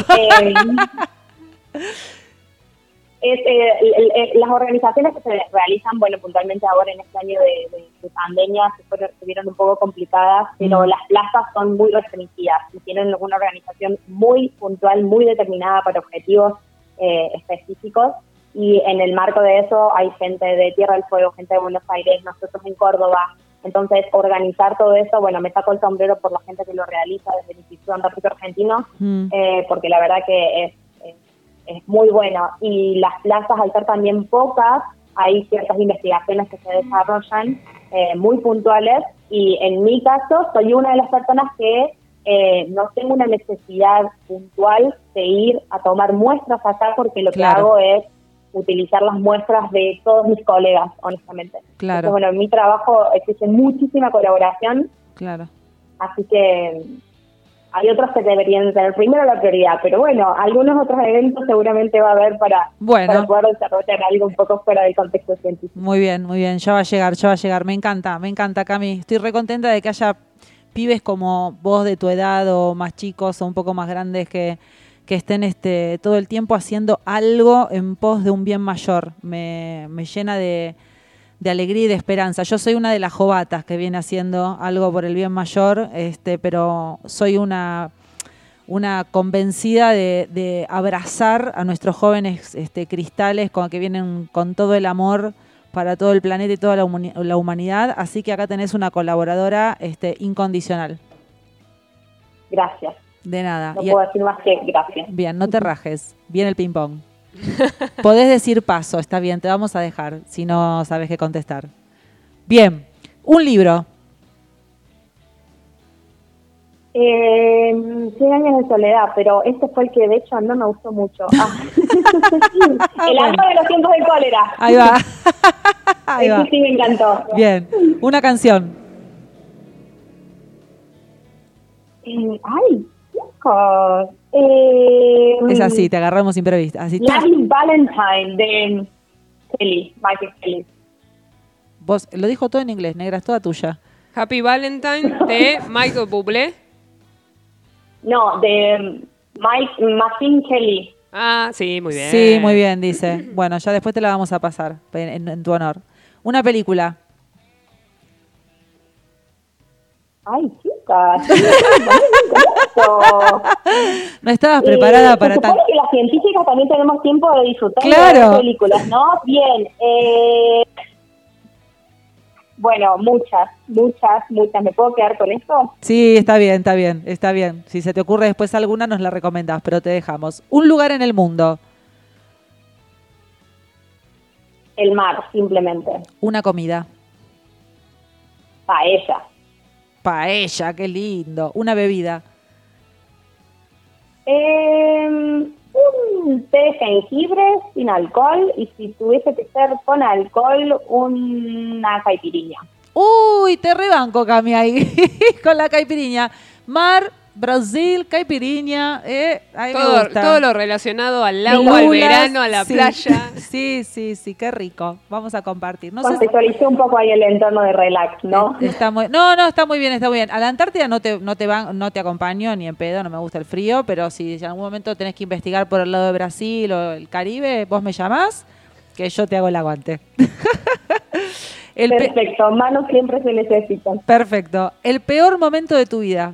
Las organizaciones que se realizan, bueno, puntualmente ahora en este año de pandemia se vieron un poco complicadas, pero las plazas son muy restringidas y tienen una organización muy puntual, muy determinada para objetivos específicos, y en el marco de eso hay gente de Tierra del Fuego, gente de Buenos Aires, nosotros en Córdoba. Entonces, organizar todo eso, bueno, me saco el sombrero por la gente que lo realiza desde el Instituto Antártico Argentino, porque la verdad que es muy bueno. Y las plazas, al ser también pocas, hay ciertas investigaciones que se desarrollan muy puntuales, y en mi caso soy una de las personas que no tengo una necesidad puntual de ir a tomar muestras acá, porque lo Claro. que hago es utilizar las muestras de todos mis colegas, honestamente. Claro. Entonces, bueno, en mi trabajo existe muchísima colaboración, Claro. así que hay otros que deberían tener primero la prioridad, pero bueno, algunos otros eventos seguramente va a haber para poder desarrollar algo un poco fuera del contexto científico. Muy bien, ya va a llegar. Me encanta, Cami. Estoy re contenta de que haya pibes como vos de tu edad o más chicos o un poco más grandes que estén todo el tiempo haciendo algo en pos de un bien mayor. Me llena de alegría y de esperanza. Yo soy una de las jovatas que viene haciendo algo por el bien mayor, pero soy una convencida de abrazar a nuestros jóvenes cristales que vienen con todo el amor para todo el planeta y toda la humanidad. Así que acá tenés una colaboradora incondicional. Gracias. De nada. No puedo decir más que gracias. Bien, no te rajes. Bien el ping-pong. Podés decir paso, está bien, te vamos a dejar si no sabes qué contestar. Bien, un libro. 100 años de soledad, pero este fue el que de hecho no me gustó mucho. El alma de los tiempos de cólera. Ahí va. Ahí va. Este sí me encantó. Bien, una canción. Ay, chicos. Es así, te agarramos imprevista. Así. Loving Valentine de Michael Kelly. Vos, lo dijo todo en inglés, negra, es toda tuya. Happy Valentine de Michael Bublé. No, de Machine Kelly. Ah, sí, muy bien. Sí, muy bien, dice. Bueno, ya después te la vamos a pasar en tu honor. Una película. Ay, chicas. No estabas preparada para se tal. supone que las científicas también tenemos tiempo de disfrutar Claro. de las películas, ¿no? Bien. Bueno, muchas. ¿Me puedo quedar con esto? Sí, está bien. Si se te ocurre después alguna, nos la recomendás, pero te dejamos. Un lugar en el mundo. El mar, simplemente. Una comida. Paella. Paella, qué lindo. Una bebida. Un té de jengibre sin alcohol y si tuviese que ser con alcohol, una caipirinha. Uy, te rebanco, Cami, ahí, con la caipirinha. Mar, Brasil, caipirinha, ahí me gusta. Todo lo relacionado al agua, al verano, a la playa. Sí, qué rico. Vamos a compartir. No sé Contextualicé un poco ahí el entorno de relax, ¿no? está muy bien, está muy bien. A la Antártida no te acompaño ni en pedo, no me gusta el frío, pero si en algún momento tenés que investigar por el lado de Brasil o el Caribe, vos me llamás, que yo te hago el aguante. Perfecto, manos siempre se necesitan. Perfecto. El peor momento de tu vida.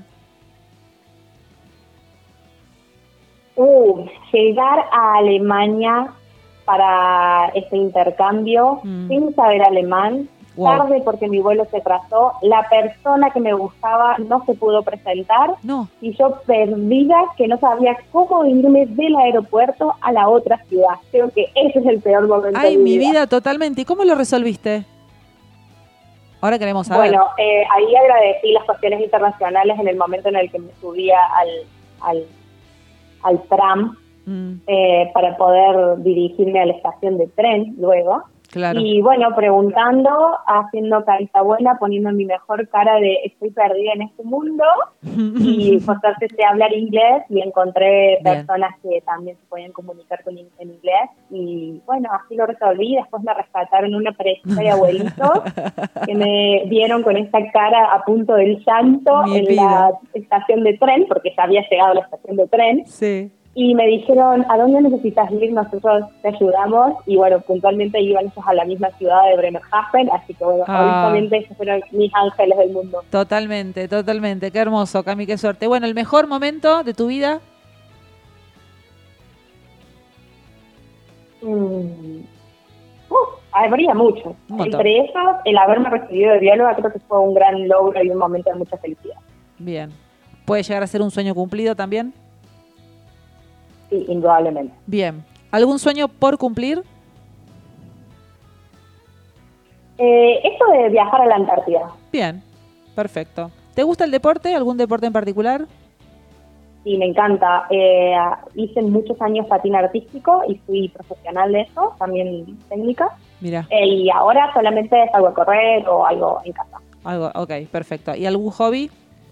Llegar a Alemania para este intercambio sin saber alemán, tarde porque mi vuelo se atrasó, la persona que me gustaba no se pudo presentar y yo perdida que no sabía cómo irme del aeropuerto a la otra ciudad. Creo que ese es el peor momento de mi vida. Totalmente. ¿Y cómo lo resolviste? Ahora queremos saber. Bueno, ahí agradecí las cuestiones internacionales en el momento en el que me subía al tram para poder dirigirme a la estación de tren luego. Claro. Y bueno, preguntando, haciendo carita buena, poniendo mi mejor cara de estoy perdida en este mundo y por suerte sé hablar inglés y encontré personas que también se podían comunicar en inglés y bueno, así lo resolví. Después me rescataron una pareja de abuelitos que me vieron con esta cara a punto del llanto la estación de tren, porque ya había llegado a la estación de tren. Sí. Y me dijeron, ¿a dónde necesitas ir? Nosotros te ayudamos. Y bueno, puntualmente iban ellos a la misma ciudad de Bremerhaven. Así que bueno, honestamente esos fueron mis ángeles del mundo. Totalmente. Qué hermoso, Cami, qué suerte. Bueno, ¿el mejor momento de tu vida? Habría muchos. Entre ellos, el haberme recibido de bióloga creo que fue un gran logro y un momento de mucha felicidad. Bien. ¿Puede llegar a ser un sueño cumplido también? Sí, indudablemente. Bien. ¿Algún sueño por cumplir? Esto de viajar a la Antártida. Bien, perfecto. ¿Te gusta el deporte? ¿Algún deporte en particular? Sí, me encanta. Hice muchos años patín artístico y fui profesional de eso, también técnica. Mira. Y ahora solamente salgo a correr o algo en casa. Algo, ok, perfecto. ¿Y algún hobby?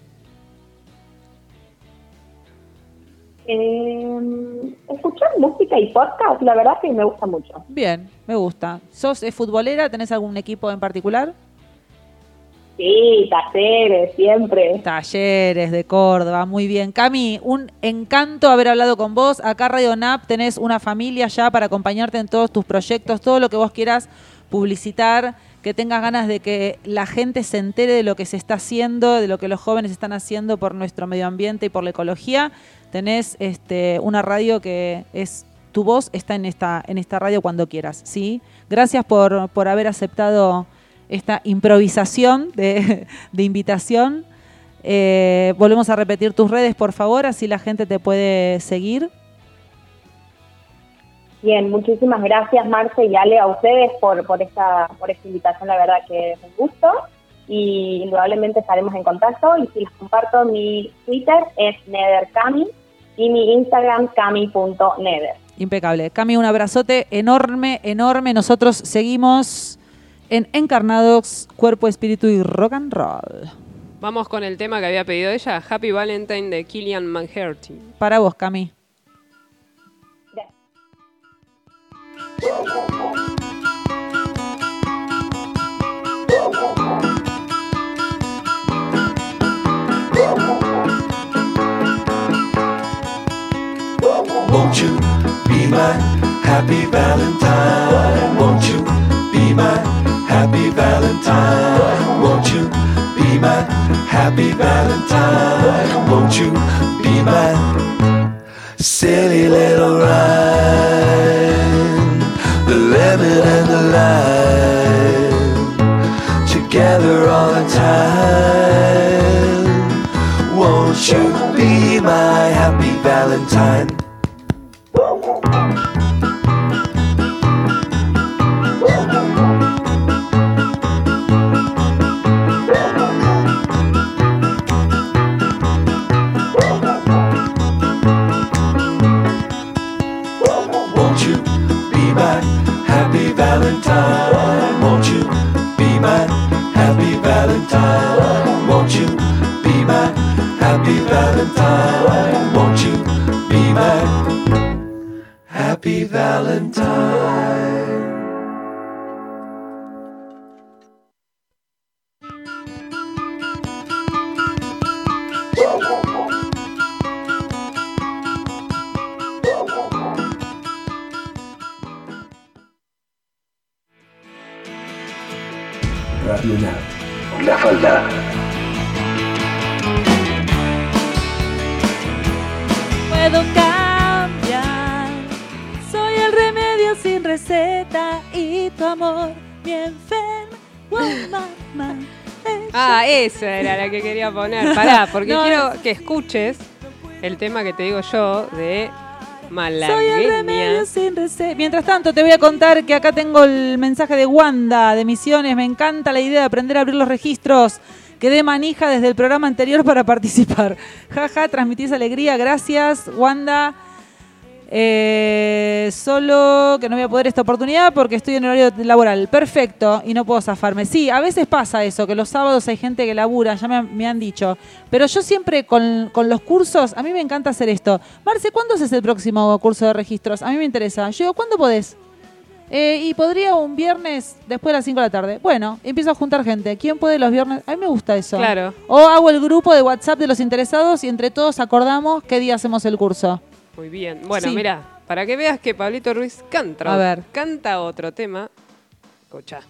Escuchar música y podcast, la verdad que me gusta mucho. Bien, me gusta. ¿Sos futbolera? ¿Tenés algún equipo en particular? Sí, Talleres, siempre. Talleres de Córdoba, muy bien. Cami, un encanto haber hablado con vos. Acá Radio NAP tenés una familia ya para acompañarte en todos tus proyectos, todo lo que vos quieras publicitar, que tengas ganas de que la gente se entere de lo que se está haciendo, de lo que los jóvenes están haciendo por nuestro medio ambiente y por la ecología. Tenés una radio que es tu voz, está en esta radio cuando quieras, ¿sí? Gracias por haber aceptado esta improvisación de invitación. Volvemos a repetir tus redes, por favor, así la gente te puede seguir. Bien, muchísimas gracias, Marce y Ale, a ustedes por esta invitación, la verdad que es un gusto. Y indudablemente estaremos en contacto. Y si les comparto, mi Twitter es nedercami y mi Instagram cami.neder. Impecable. Cami, un abrazote enorme. Nosotros seguimos en Encarnados, Cuerpo, Espíritu y Rock and Roll. Vamos con el tema que había pedido ella, Happy Valentine de Killian McHerty. Para vos, Cami. Won't you be my happy Valentine? Won't you be my happy Valentine? Won't you be my happy Valentine? Won't you be my silly little rhyme? The lemon and the lime, together all the time. Won't you be my happy Valentine? mine? Won't you be my happy Valentine? Radio Lab. La Falda. Puedo cambiar, soy el remedio sin receta y tu amor mi enferma. Mamá. Ah, esa era la que quería poner. Pará, porque No, quiero que escuches el tema que te digo yo de Soy el remedio malagueña. sin receta. Mientras tanto, te voy a contar que acá tengo el mensaje de Wanda de Misiones. Me encanta la idea de aprender a abrir los registros. Quedé manija desde el programa anterior para participar. Jaja, transmitís alegría. Gracias, Wanda. Solo que no voy a poder esta oportunidad porque estoy en horario laboral. Perfecto, y no puedo zafarme. Sí, a veces pasa eso, que los sábados hay gente que labura, ya me han dicho. Pero yo siempre con los cursos, a mí me encanta hacer esto. Marce, ¿cuándo haces el próximo curso de registros? A mí me interesa. Yo digo, ¿cuándo podés? Y podría un viernes después de las 5 de la tarde. Bueno, empiezo a juntar gente. ¿Quién puede los viernes? A mí me gusta eso. Claro. O hago el grupo de WhatsApp de los interesados y entre todos acordamos qué día hacemos el curso. Muy bien. Bueno, Sí. mirá, para que veas que Pablito Ruiz canta, A ver. canta otro tema. Escuchá.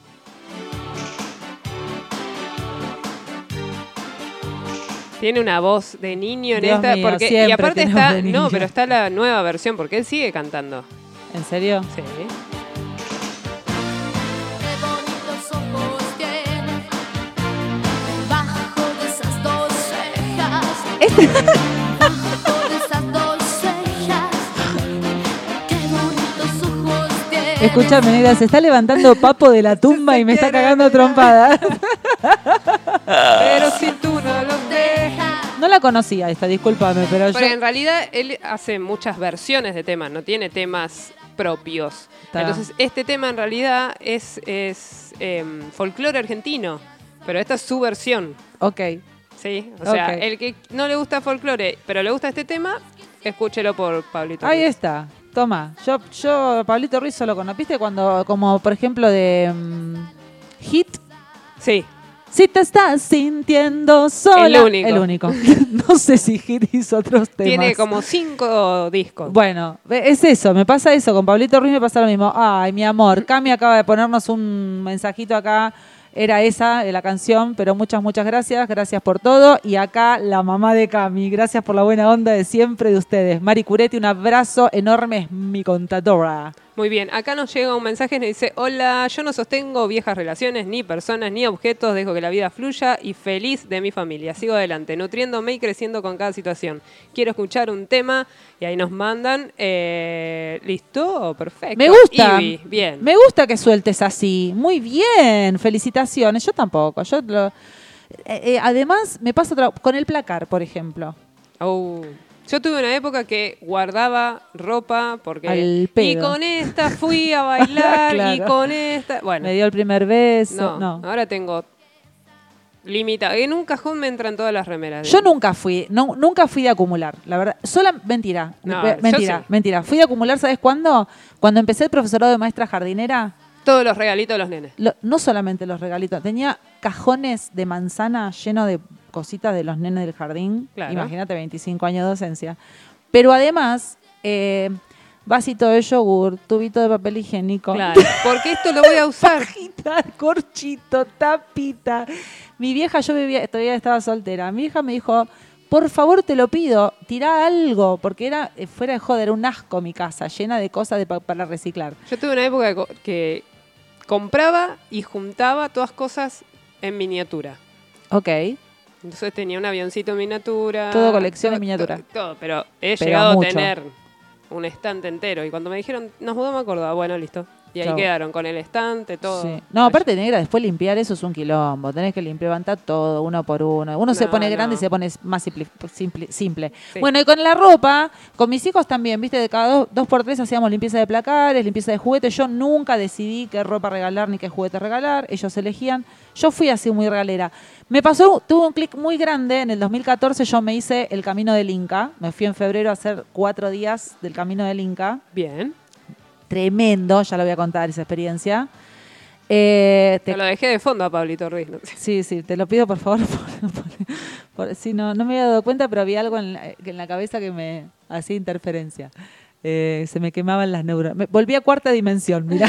Tiene una voz de niño en Dios esta. mío, Porque, y siempre aparte tenemos está. de niño. No, pero está la nueva versión, porque él sigue cantando. ¿En serio? Sí. Qué bonitos ojos tienes bajo de esas dos cejas. Bajo de esas dos cejas. Qué bonitos ojos tienes. Escúchame, negra, se está levantando Papo de la tumba y me está cagando a trompada. Pero si tú no lo dejas. No la conocía esta, discúlpame, pero Pero yo... en realidad él hace muchas versiones de temas, no tiene temas propios. Está. Entonces, este tema en realidad es folclore argentino, pero esta es su versión. Ok. ¿Sí? O sea, Ok. el que no le gusta folclore, pero le gusta este tema, escúchelo por Pablito Ahí Ruiz. está. Toma. Yo Pablito Ruiz solo conozco. ¿Viste cuando, como por ejemplo de Hit? Sí. Si te estás sintiendo sola. El único. El único. No sé si Hit hizo otros temas. Tiene como 5 discos. Bueno, es eso, me pasa eso, con Pablito Ruiz me pasa lo mismo. Ay, mi amor, Cami acaba de ponernos un mensajito acá, era esa la canción, pero muchas gracias por todo. Y acá la mamá de Cami, gracias por la buena onda de siempre de ustedes. Mari Curetti, un abrazo enorme, es mi contadora. Muy bien, acá nos llega un mensaje y nos dice: hola, yo no sostengo viejas relaciones, ni personas, ni objetos, dejo que la vida fluya y feliz de mi familia. Sigo adelante, nutriéndome y creciendo con cada situación. Quiero escuchar un tema y ahí nos mandan. ¿Listo? Perfecto. Me gusta, Ivy, bien. me gusta que sueltes así, muy bien, felicitaciones. Yo tampoco, además me pasa con el placar, por ejemplo. Oh. Yo tuve una época que guardaba ropa porque... Al pedo. Y con esta fui a bailar Claro. y con esta... Bueno, Me dio el primer beso. No. ahora tengo limitado. En un cajón me entran todas las remeras. Yo nunca fui de acumular, la verdad. Mentira, No, mentira, yo sí. mentira. Fui de acumular, ¿sabes cuándo? Cuando empecé el profesorado de maestra jardinera, Todos los regalitos de los nenes. no solamente los regalitos, tenía cajones de manzana llenos de cositas de los nenes del jardín. Claro. Imagínate, 25 años de docencia. Pero además, vasito de yogur, tubito de papel higiénico. Claro, porque esto lo voy a usar. Pajita, corchito, tapita. Mi vieja, todavía estaba soltera. Mi vieja me dijo, por favor te lo pido, tirá algo, porque era, fuera de joder, un asco mi casa, llena de cosas para reciclar. Yo tuve una época que compraba y juntaba todas cosas en miniatura. Ok. Entonces tenía un avioncito en miniatura. Todo colección en miniatura. Todo, pero he Pero llegado mucho. a tener un estante entero. Y cuando me dijeron, nos mudamos a Córdoba, bueno, listo. Y ahí Chau. quedaron con el estante, todo. Sí. No, aparte, negra, después limpiar eso es un quilombo. Tenés que levantar todo, uno por uno. Uno se No, pone grande no. y se pone más simple. Sí. Bueno, y con la ropa, con mis hijos también, viste, de cada dos por tres hacíamos limpieza de placares, limpieza de juguetes. Yo nunca decidí qué ropa regalar ni qué juguete regalar. Ellos elegían. Yo fui así muy regalera. Me pasó, tuve un clic muy grande. En el 2014 yo me hice el Camino del Inca. Me fui en febrero a hacer 4 días del Camino del Inca. Bien. Tremendo, ya lo voy a contar esa experiencia. Te lo dejé de fondo a Pablito Ruiz. ¿no? Sí, te lo pido por favor. Sí, no me había dado cuenta, pero había algo en la cabeza que me hacía interferencia. Se me quemaban las neuronas. Volví a cuarta dimensión, mirá.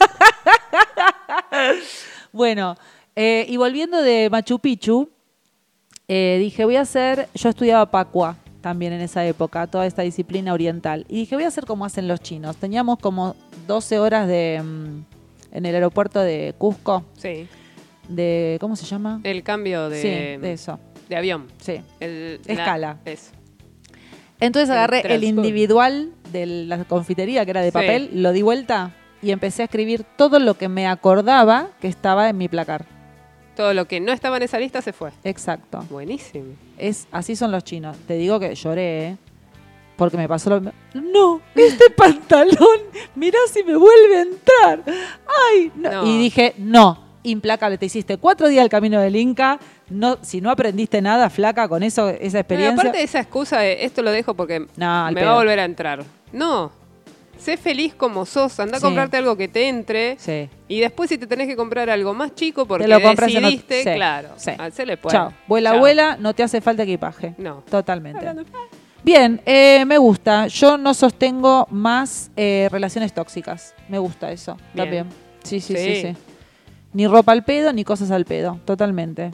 Bueno, y volviendo de Machu Picchu, dije, yo estudiaba Pacua también en esa época, toda esta disciplina oriental. Y dije, voy a hacer como hacen los chinos. Teníamos como 12 horas en el aeropuerto de Cusco, Sí. ¿cómo se llama? El cambio de, Sí, de eso, de avión. sí. El- Escala. Eso. Entonces agarré el transporte. individual de la confitería, que era de Sí. papel, lo di vuelta y empecé a escribir todo lo que me acordaba que estaba en mi placar. Todo lo que no estaba en esa lista se fue. Exacto. Buenísimo. Así son los chinos. Te digo que lloré, ¿eh? Porque me pasó lo mismo. No, este pantalón, mirá si me vuelve a entrar. Ay, no. No. Y dije, no, implacable. Te hiciste 4 días el Camino del Inca. No, si no aprendiste nada, flaca, con esa No, experiencia. aparte de esa excusa de esto lo dejo porque No, al me pedo. va a volver a entrar. No. Sé feliz como sos. Anda a Sí. comprarte algo que te entre. Sí. Y después si te tenés que comprar algo más chico porque Te lo compras en decidiste, sí, claro. sí. Se le puede. Chao. Vuela, Chao. abuela, no te hace falta equipaje. No. Totalmente. Bien, me gusta. Yo no sostengo más relaciones tóxicas. Me gusta eso Bien. también. Sí. Sí. Ni ropa al pedo, ni cosas al pedo. Totalmente.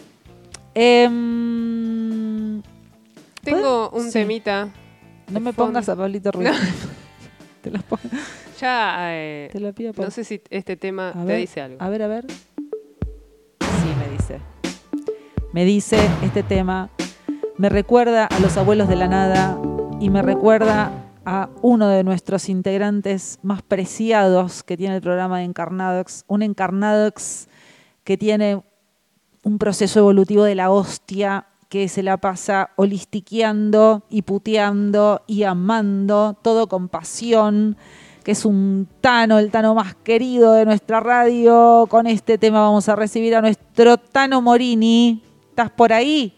No Tengo un Sí. temita. me de pongas a fondo. Pablito Ruiz. Te lo pongo- Ya, te lo pido por no sé si este tema A te ver, dice algo. A ver. Sí, me dice. Me dice este tema. Me recuerda a los abuelos de la nada y me recuerda a uno de nuestros integrantes más preciados que tiene el programa de Encarnadox. Un Encarnadox que tiene un proceso evolutivo de la hostia, que se la pasa holistiqueando y puteando y amando, todo con pasión, que es un Tano, el Tano más querido de nuestra radio. Con este tema vamos a recibir a nuestro Tano Morini. ¿Estás por ahí?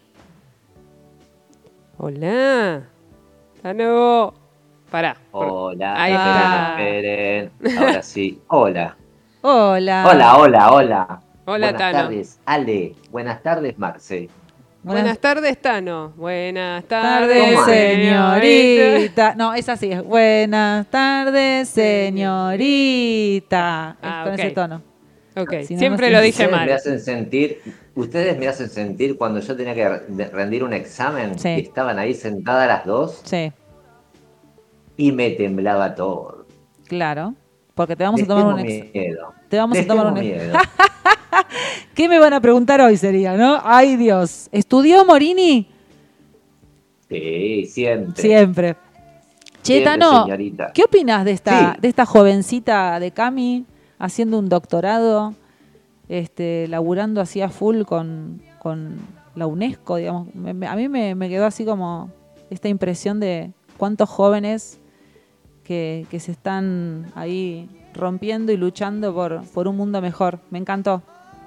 Hola. Tano. Pará. Hola, Ahí está. esperen. Ahora sí. Hola. Hola. Hola. Hola, Buenas Tano. tardes, Ale. Buenas tardes, Marce. Buenas tardes, Tano. Buenas tardes, tardes, ¿Cómo señorita. No, es así. Buenas tardes, señorita. Ah, Es con ok. ese tono. Ok, Si no, siempre no lo sé. dije mal. Ustedes me hacen sentir cuando yo tenía que rendir un examen Sí. y estaban ahí sentadas las dos Sí, y me temblaba todo. claro. Porque te vamos a Les tomar tengo un miedo. Te vamos a Les tomar tengo un miedo. ¿Qué me van a preguntar hoy sería, no? Ay, Dios. ¿Estudió Morini? Sí, siempre. Siempre. Che, Siempre, Tano, señorita. ¿qué opinas de Sí. esta jovencita de Cami haciendo un doctorado, laburando así a full con la UNESCO, digamos? A mí me quedó así como esta impresión de cuántos jóvenes que se están ahí rompiendo y luchando por un mundo mejor. Me encantó.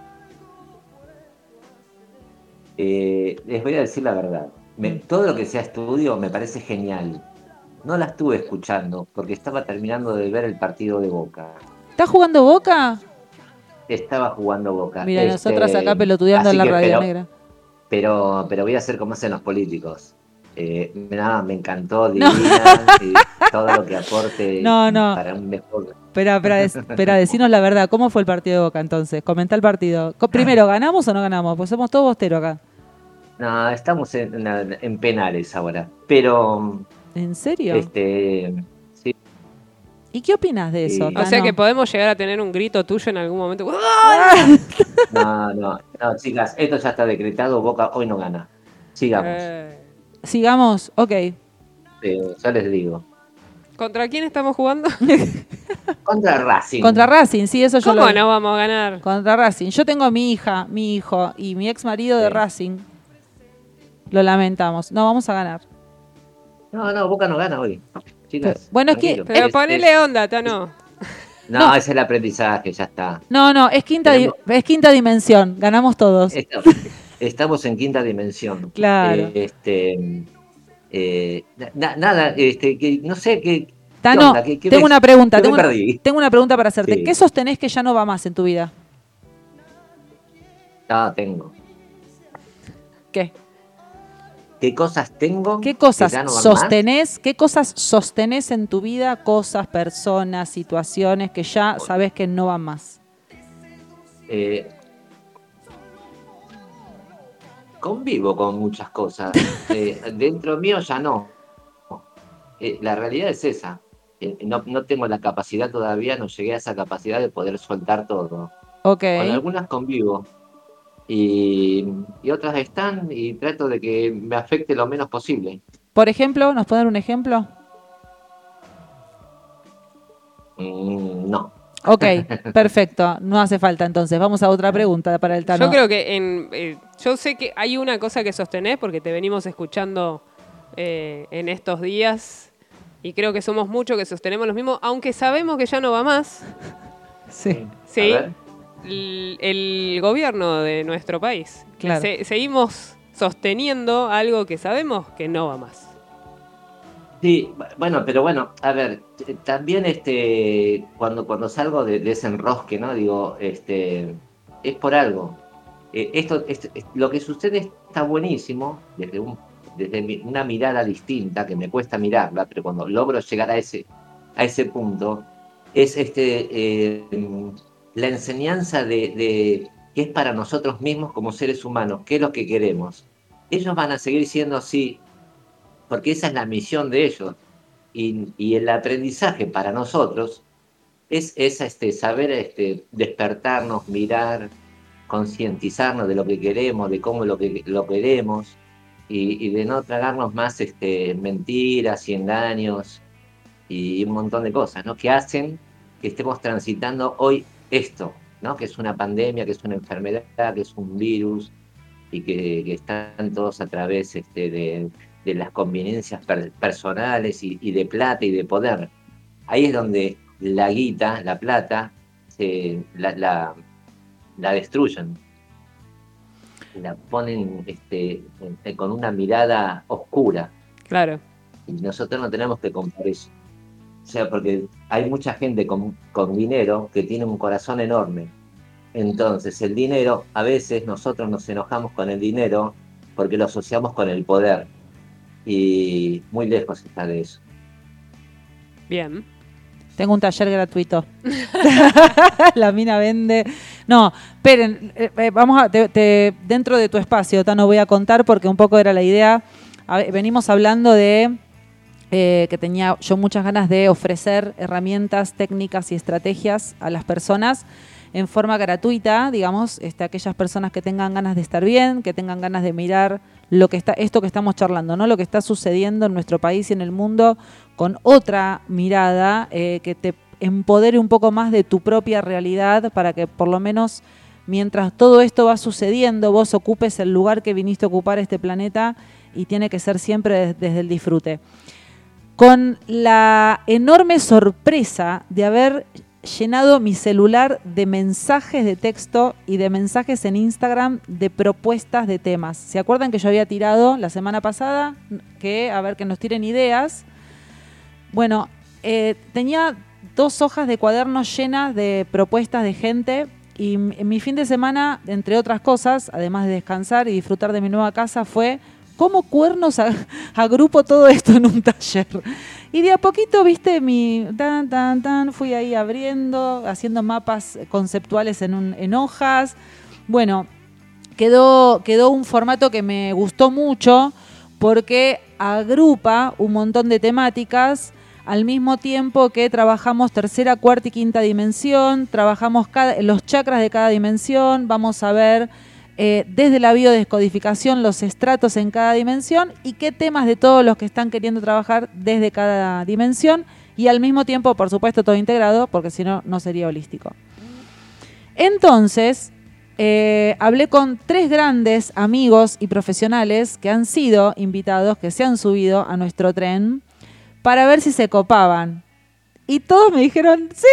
Les voy a decir la verdad. Todo lo que sea estudio me parece genial. No la estuve escuchando porque estaba terminando de ver el partido de Boca. ¿Estás jugando Boca? Estaba jugando Boca. Mira, nosotras acá pelotudeando así en la que, radio negra. Pero voy a hacer como hacen los políticos. Nada, me encantó, No. divina, todo lo que aporte No. para un mejor. Espera, decinos la verdad. ¿Cómo fue el partido de Boca entonces? Comenta el partido. Primero, ¿ganamos o no ganamos? Pues somos todos bosteros acá. No, estamos en penales ahora. Pero, ¿En serio? sí, ¿Y qué opinas de eso? Sí. O sea Tano? que podemos llegar a tener un grito tuyo en algún momento. no, chicas, esto ya está decretado. Boca hoy no gana. Sigamos. Sigamos, ok. Ya les digo. ¿Contra quién estamos jugando? Contra Racing. Contra Racing, sí, eso yo ¿Cómo no vamos a ganar? Contra Racing. Yo tengo a mi hija, mi hijo y mi ex marido de Sí. Racing. Lo lamentamos. No, vamos a ganar. No, Boca no gana hoy. Chicas, Bueno, es que- tranquilo. Pero ponele onda, Tano. No, es el aprendizaje, ya está. No, es quinta dimensión. Ganamos todos. Estamos en quinta dimensión. Claro. Nada, no sé qué. Tano, onda? ¿Qué tengo ves? una pregunta. Yo me Tengo una, perdí. tengo una pregunta para hacerte. Sí. ¿Qué sostenés que ya no va más en tu vida? No, tengo. ¿Qué? ¿Qué cosas tengo? ¿Qué cosas que ya no van sostenés? ¿Qué cosas sostenés en tu vida? Cosas, personas, situaciones que ya sabes que no van más. más? Convivo con muchas cosas. Dentro mío ya no. La realidad es esa. No tengo la capacidad todavía, no llegué a esa capacidad de poder soltar todo. Ok. Con algunas convivo. Y otras están y trato de que me afecte lo menos posible. Por ejemplo, ¿nos pueden dar un ejemplo? No. Ok, perfecto. No hace falta entonces. Vamos a otra pregunta para el Tano. Yo creo que yo sé que hay una cosa que sostenés porque te venimos escuchando en estos días y creo que somos muchos que sostenemos lo mismo, aunque sabemos que ya no va más. Sí. Sí. A ver. El gobierno de nuestro país. Claro. Seguimos sosteniendo algo que sabemos que no va más. Sí, pero bueno, a ver, también cuando salgo de ese enrosque, ¿no? Digo, es por algo. Lo que sucede está buenísimo desde una mirada distinta, que me cuesta mirarla, pero cuando logro llegar a ese punto, es la enseñanza de qué es para nosotros mismos como seres humanos, qué es lo que queremos. Ellos van a seguir siendo así, porque esa es la misión de ellos. Y el aprendizaje para nosotros es saber despertarnos, mirar, concientizarnos de lo que queremos, de cómo lo queremos, y de no tragarnos más mentiras y engaños y un montón de cosas, ¿no? Que hacen que estemos transitando hoy esto, ¿no? Que es una pandemia, que es una enfermedad, que es un virus, y que están todos a través de las conveniencias personales y de plata y de poder. Ahí es donde la guita, la plata, la destruyen. La ponen con una mirada oscura. Claro. Y nosotros no tenemos que comprar eso. O sea, porque hay mucha gente con dinero que tiene un corazón enorme. Entonces, el dinero, a veces nosotros nos enojamos con el dinero porque lo asociamos con el poder. Y muy lejos está de eso. Bien. Tengo un taller gratuito. La mina vende. No, esperen, vamos a dentro de tu espacio, Tano, voy a contar porque un poco era la idea. Venimos hablando de que tenía yo muchas ganas de ofrecer herramientas, técnicas y estrategias a las personas en forma gratuita, digamos, aquellas personas que tengan ganas de estar bien, que tengan ganas de mirar esto que estamos charlando, ¿no? Lo que está sucediendo en nuestro país y en el mundo con otra mirada que te empodere un poco más de tu propia realidad para que por lo menos mientras todo esto va sucediendo vos ocupes el lugar que viniste a ocupar este planeta y tiene que ser siempre desde el disfrute. Con la enorme sorpresa de haber llenado mi celular de mensajes de texto y de mensajes en Instagram de propuestas de temas. ¿Se acuerdan que yo había tirado la semana pasada? Que nos tiren ideas. Bueno, tenía 2 hojas de cuadernos llenas de propuestas de gente y mi fin de semana, entre otras cosas, además de descansar y disfrutar de mi nueva casa, fue ¿cómo cuernos agrupo todo esto en un taller? Y de a poquito, viste, fui ahí abriendo, haciendo mapas conceptuales en hojas. Bueno, quedó un formato que me gustó mucho porque agrupa un montón de temáticas al mismo tiempo que trabajamos tercera, cuarta y quinta dimensión, trabajamos los chakras de cada dimensión, vamos a ver desde la biodescodificación los estratos en cada dimensión y qué temas de todos los que están queriendo trabajar desde cada dimensión y al mismo tiempo, por supuesto, todo integrado, porque si no, no sería holístico. Entonces, hablé con 3 grandes amigos y profesionales que han sido invitados, que se han subido a nuestro tren, para ver si se copaban. Y todos me dijeron, sí,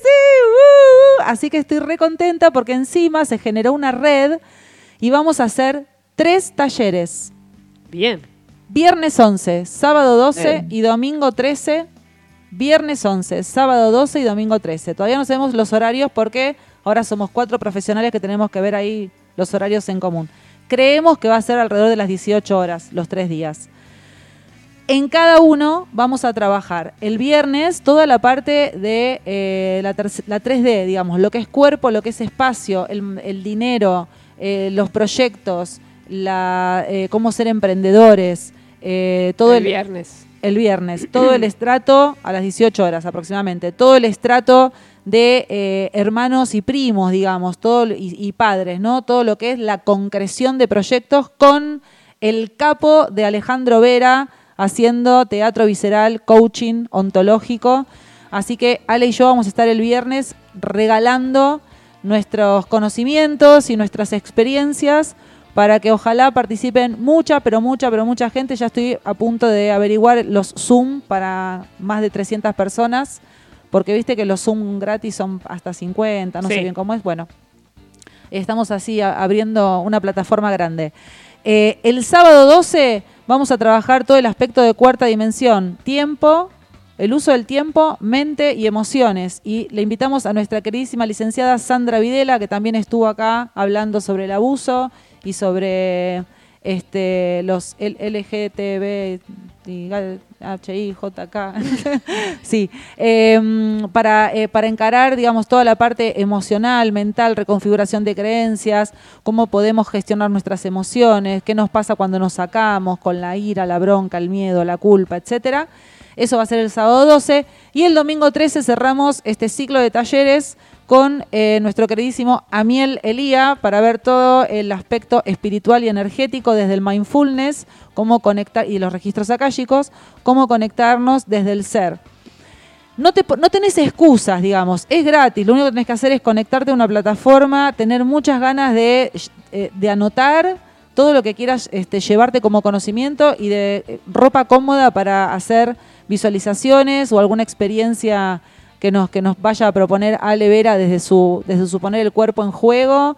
así que estoy re contenta porque encima se generó una red y vamos a hacer 3 talleres. Bien. Viernes 11, sábado 12 y domingo 13. Viernes 11, sábado 12 y domingo 13. Todavía no sabemos los horarios porque ahora somos 4 profesionales que tenemos que ver ahí los horarios en común. Creemos que va a ser alrededor de las 18 horas, los 3 días. En cada uno vamos a trabajar el viernes toda la parte de la 3D, digamos, lo que es cuerpo, lo que es espacio, el dinero, los proyectos, cómo ser emprendedores. Todo el viernes. El viernes, todo el estrato a las 18 horas aproximadamente, todo el estrato de hermanos y primos, digamos, todo y padres, ¿no? Todo lo que es la concreción de proyectos con el capo de Alejandro Vera, haciendo teatro visceral, coaching ontológico. Así que Ale y yo vamos a estar el viernes regalando nuestros conocimientos y nuestras experiencias para que ojalá participen mucha gente. Ya estoy a punto de averiguar los Zoom para más de 300 personas, porque viste que los Zoom gratis son hasta 50, no sé bien cómo es. Bueno, estamos así abriendo una plataforma grande. El sábado 12 vamos a trabajar todo el aspecto de cuarta dimensión, tiempo, el uso del tiempo, mente y emociones. Y le invitamos a nuestra queridísima licenciada Sandra Videla, que también estuvo acá hablando sobre el abuso y sobre los LGTB, HI, JK, sí, para encarar, digamos, toda la parte emocional, mental, reconfiguración de creencias, cómo podemos gestionar nuestras emociones, qué nos pasa cuando nos sacamos con la ira, la bronca, el miedo, la culpa, etcétera. Eso va a ser el sábado 12 y el domingo 13 cerramos este ciclo de talleres con nuestro queridísimo Amiel Elía para ver todo el aspecto espiritual y energético desde el mindfulness, cómo conectar, y los registros akáshicos, cómo conectarnos desde el ser. No tenés excusas, digamos, es gratis, lo único que tenés que hacer es conectarte a una plataforma, tener muchas ganas de anotar todo lo que quieras llevarte como conocimiento y de ropa cómoda para hacer visualizaciones o alguna experiencia que nos vaya a proponer Ale Vera desde su poner el cuerpo en juego.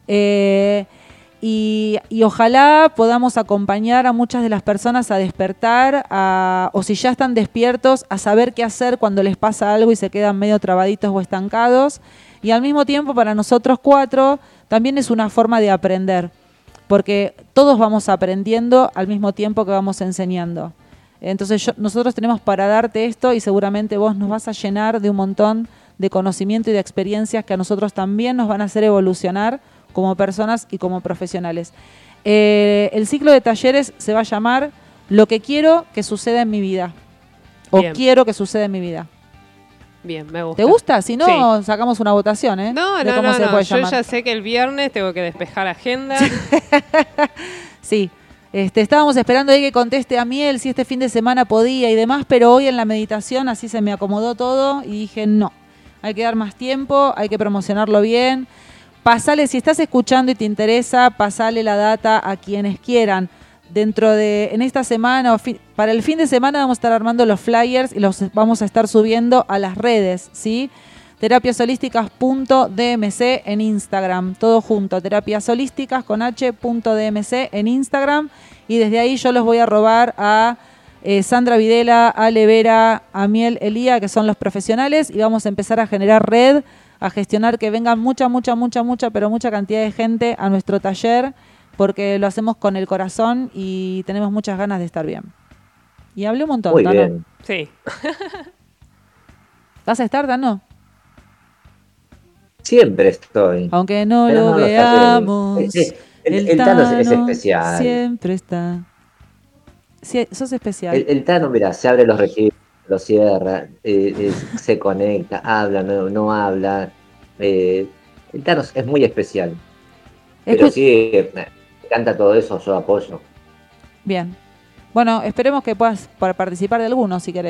Y ojalá podamos acompañar a muchas de las personas a despertar, o si ya están despiertos, a saber qué hacer cuando les pasa algo y se quedan medio trabaditos o estancados. Y al mismo tiempo, para nosotros 4, también es una forma de aprender, porque todos vamos aprendiendo al mismo tiempo que vamos enseñando. Entonces nosotros tenemos para darte esto y seguramente vos nos vas a llenar de un montón de conocimiento y de experiencias que a nosotros también nos van a hacer evolucionar como personas y como profesionales. El ciclo de talleres se va a llamar Lo que quiero que suceda en mi vida. Bien. O quiero que suceda en mi vida. Bien, me gusta. ¿Te gusta? Si no, Sí. sacamos una votación, ¿eh? No, de cómo se puede yo llamar. ya sé que el viernes tengo que despejar agenda. Sí. Estábamos esperando ahí que conteste a Miel si este fin de semana podía y demás, pero hoy en la meditación así se me acomodó todo y dije no, hay que dar más tiempo, hay que promocionarlo bien. Pasale, si estás escuchando y te interesa, pasale la data a quienes quieran. En esta semana, para el fin de semana vamos a estar armando los flyers y los vamos a estar subiendo a las redes, ¿sí? terapiasholísticas.dmc en Instagram, todo junto, terapiasholísticas con h.dmc en Instagram, y desde ahí yo los voy a robar a Sandra Videla, Ale Vera, Amiel Elía, que son los profesionales, y vamos a empezar a generar red, a gestionar que vengan mucha cantidad de gente a nuestro taller, porque lo hacemos con el corazón y tenemos muchas ganas de estar bien. Y hablé un montón, Muy Tano. bien. Sí. ¿Vas a estar, Tano? Siempre estoy. Aunque no Pero lo no lo veamos, está el Tano es especial. siempre está. Sí, sos especial. El Tano, mira, se abre los registros, los cierra, se conecta, habla, no habla. El Tano es muy especial. Pero sí, me encanta todo eso, yo apoyo. Bien. Bueno, esperemos que puedas participar de alguno si querés.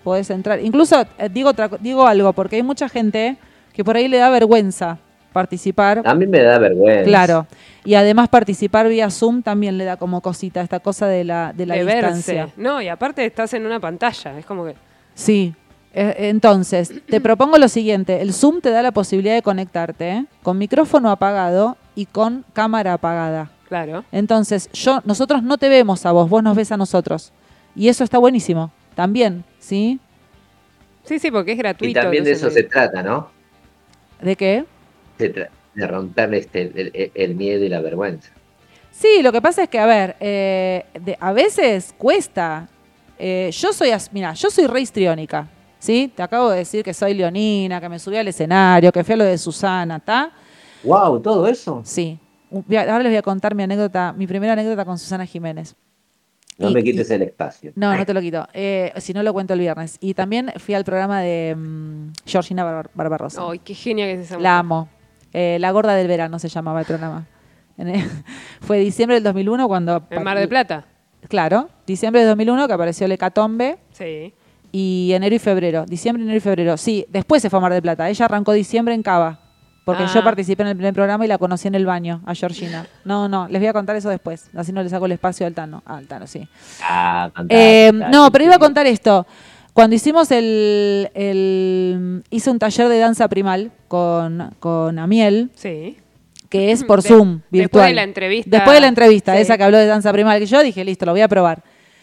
podés entrar. Incluso digo algo, porque hay mucha gente que por ahí le da vergüenza participar. A mí me da vergüenza. Claro. Y además participar vía Zoom también le da como cosita, esta cosa de la de distancia. verse. No, y aparte estás en una pantalla, es como que... Sí. Entonces, te propongo lo siguiente. El Zoom te da la posibilidad de conectarte con micrófono apagado y con cámara apagada. Claro. Entonces, nosotros no te vemos a vos nos ves a nosotros. Y eso está buenísimo. También, ¿sí? Sí, porque es gratuito. Y también de eso entonces se trata, ¿no? ¿De qué? De romper el miedo y la vergüenza. Sí, lo que pasa es que, a ver, a veces cuesta. Yo soy re histriónica, ¿sí? Te acabo de decir que soy leonina, que me subí al escenario, que fui a lo de Susana, ¿está? ¡Wow! ¿Todo eso? Sí. Ahora les voy a contar mi primera anécdota con Susana Jiménez. No me quites el espacio. No te lo quito. Si no, lo cuento el viernes. Y también fui al programa de Georgina Barbarossa. Ay, qué genia que es esa mujer. La amo. La gorda del verano se llamaba el programa. Fue diciembre del 2001 cuando... ¿En Mar del Plata? Claro, diciembre del 2001 que apareció el Hecatombe. Sí. Y enero y febrero. Diciembre, enero y febrero. Sí, después se fue a Mar del Plata. Ella arrancó diciembre en Cava. Porque yo participé en el primer programa y la conocí en el baño, a Georgina. No, les voy a contar eso después. Así no le saco el espacio al Tano. Al Tano, sí. No, pero iba a contar esto. Cuando hicimos hice un taller de danza primal con Amiel. Sí. Que es por Zoom, virtual. Después de la entrevista. Después de la entrevista, sí. Esa que habló de danza primal, que yo dije, listo, lo voy a probar.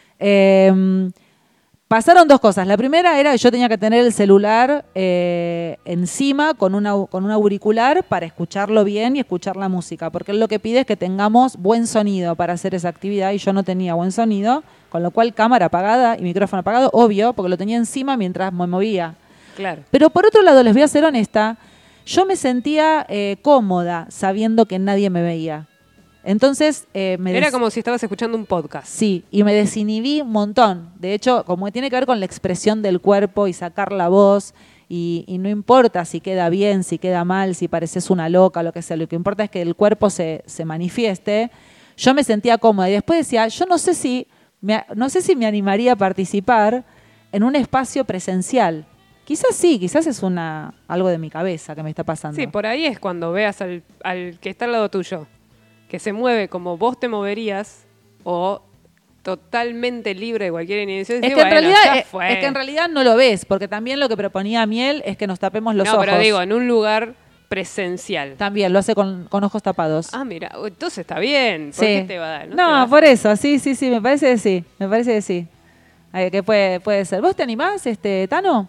Pasaron dos cosas. La primera era que yo tenía que tener el celular encima con un auricular para escucharlo bien y escuchar la música, porque él lo que pide es que tengamos buen sonido para hacer esa actividad y yo no tenía buen sonido, con lo cual cámara apagada y micrófono apagado, obvio, porque lo tenía encima mientras me movía. Claro. Pero por otro lado, les voy a ser honesta, yo me sentía cómoda sabiendo que nadie me veía. Entonces era como si estabas escuchando un podcast. Sí, y me desinhibí un montón. De hecho, como tiene que ver con la expresión del cuerpo y sacar la voz, y no importa si queda bien, si queda mal, si pareces una loca, lo que sea, lo que importa es que el cuerpo se manifieste. Yo me sentía cómoda y después decía, yo no sé si me animaría a participar en un espacio presencial. Quizás sí, quizás es algo de mi cabeza que me está pasando. Sí, por ahí es cuando veas al que está al lado tuyo, que se mueve como vos te moverías o totalmente libre de cualquier inhibición. Es que en realidad no lo ves, porque también lo que proponía Miel es que nos tapemos los ojos. No, pero digo, en un lugar presencial. También lo hace con ojos tapados. Ah, mira, entonces está bien. ¿Por qué te va a dar? No, por eso, sí, me parece que sí. Que puede ser. ¿Vos te animás, Tano?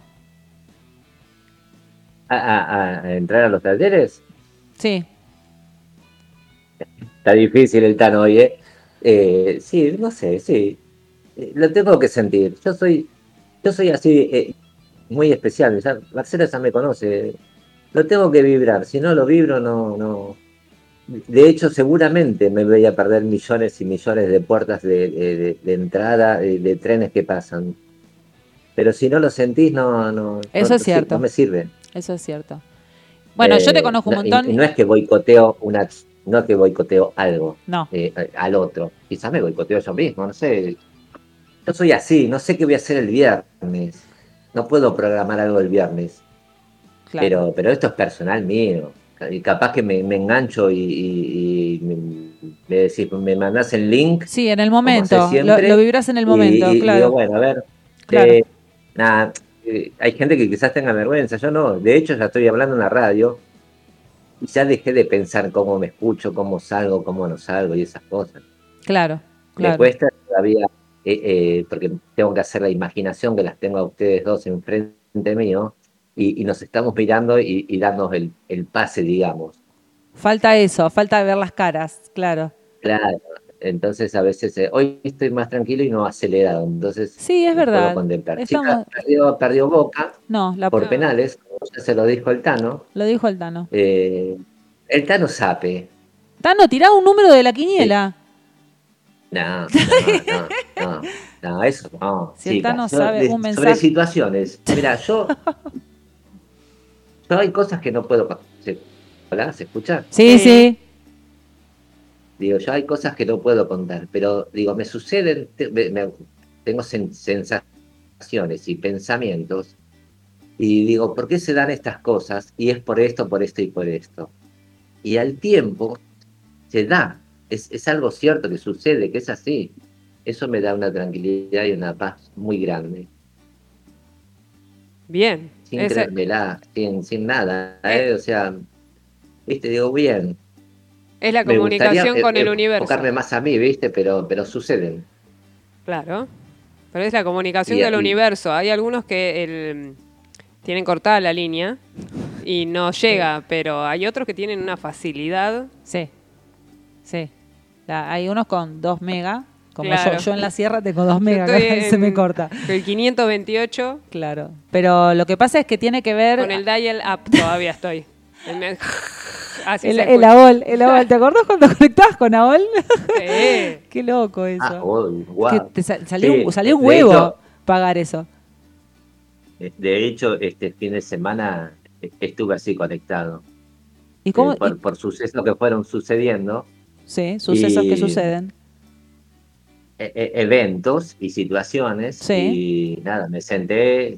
¿A entrar a los talleres? Sí. Está difícil el Tano hoy, ¿eh? Sí, no sé, sí. Lo tengo que sentir. Yo soy así, muy especial. Marcela ya me conoce. Lo tengo que vibrar. Si no lo vibro, no. De hecho, seguramente me voy a perder millones y millones de puertas de entrada, de trenes que pasan. Pero si no lo sentís, no. Eso es cierto. No me sirve. Eso es cierto. Bueno, yo te conozco un montón. Y no es que boicoteo no es que boicoteo algo al otro. Quizás me boicoteo yo mismo, no sé. Yo soy así, no sé qué voy a hacer el viernes. No puedo programar algo el viernes. Claro. Pero esto es personal mío. Y capaz que me engancho y me decís, me mandás el link. Sí, en el momento. Lo vibrás en el momento, claro. Y digo, bueno, a ver. Claro. Hay gente que quizás tenga vergüenza. Yo no. De hecho, ya estoy hablando en la radio. Y ya dejé de pensar cómo me escucho, cómo salgo, cómo no salgo y esas cosas. Claro. Me cuesta todavía, porque tengo que hacer la imaginación que las tengo a ustedes dos enfrente mío y nos estamos mirando y darnos el pase, digamos. Falta eso, falta ver las caras, claro. Claro, entonces a veces hoy estoy más tranquilo y no acelerado, entonces sí, es verdad. Puedo contemplar. Perdió Boca por penales, ya se lo dijo el Tano. Lo dijo el Tano. El Tano sabe. Tano, tirá un número de la quiniela. Sí. No, eso no. Si el Tano sabe un mensaje. Sobre situaciones. Mira, yo hay cosas que no puedo. ¿Hola? ¿Se escucha? Sí. Digo, yo hay cosas que no puedo contar, pero digo, me suceden, tengo sensaciones situaciones y pensamientos y digo, ¿por qué se dan estas cosas? Y es por esto y por esto. Y al tiempo se da, es algo cierto que sucede, que es así. Eso me da una tranquilidad y una paz muy grande. Bien. Sin creérmela, sin nada, o sea, viste, digo, bien. Es la Me comunicación gustaría, con el universo. enfocarme más a mí, viste, pero suceden. Claro. Pero es la comunicación Y- del y- universo. Hay algunos que tienen cortada la línea y no llega, pero hay otros que tienen una facilidad. Sí. Hay unos con 2 megas, como Claro. yo en la sierra tengo 2 megas, Yo estoy cada vez se me en corta. El 528 Claro. Pero lo que pasa es que tiene que ver... con el dial up todavía estoy. Así El se escucha. AOL, ¿te acordás cuando conectabas con AOL? Sí. Qué loco eso. Guau. Que te salió Sí, un de huevo hecho- pagar eso. De hecho, este fin de semana estuve así conectado. ¿Y cómo? Por sucesos que fueron sucediendo, Sí, sucesos que y- suceden. eventos y situaciones. Sí. Y nada, me senté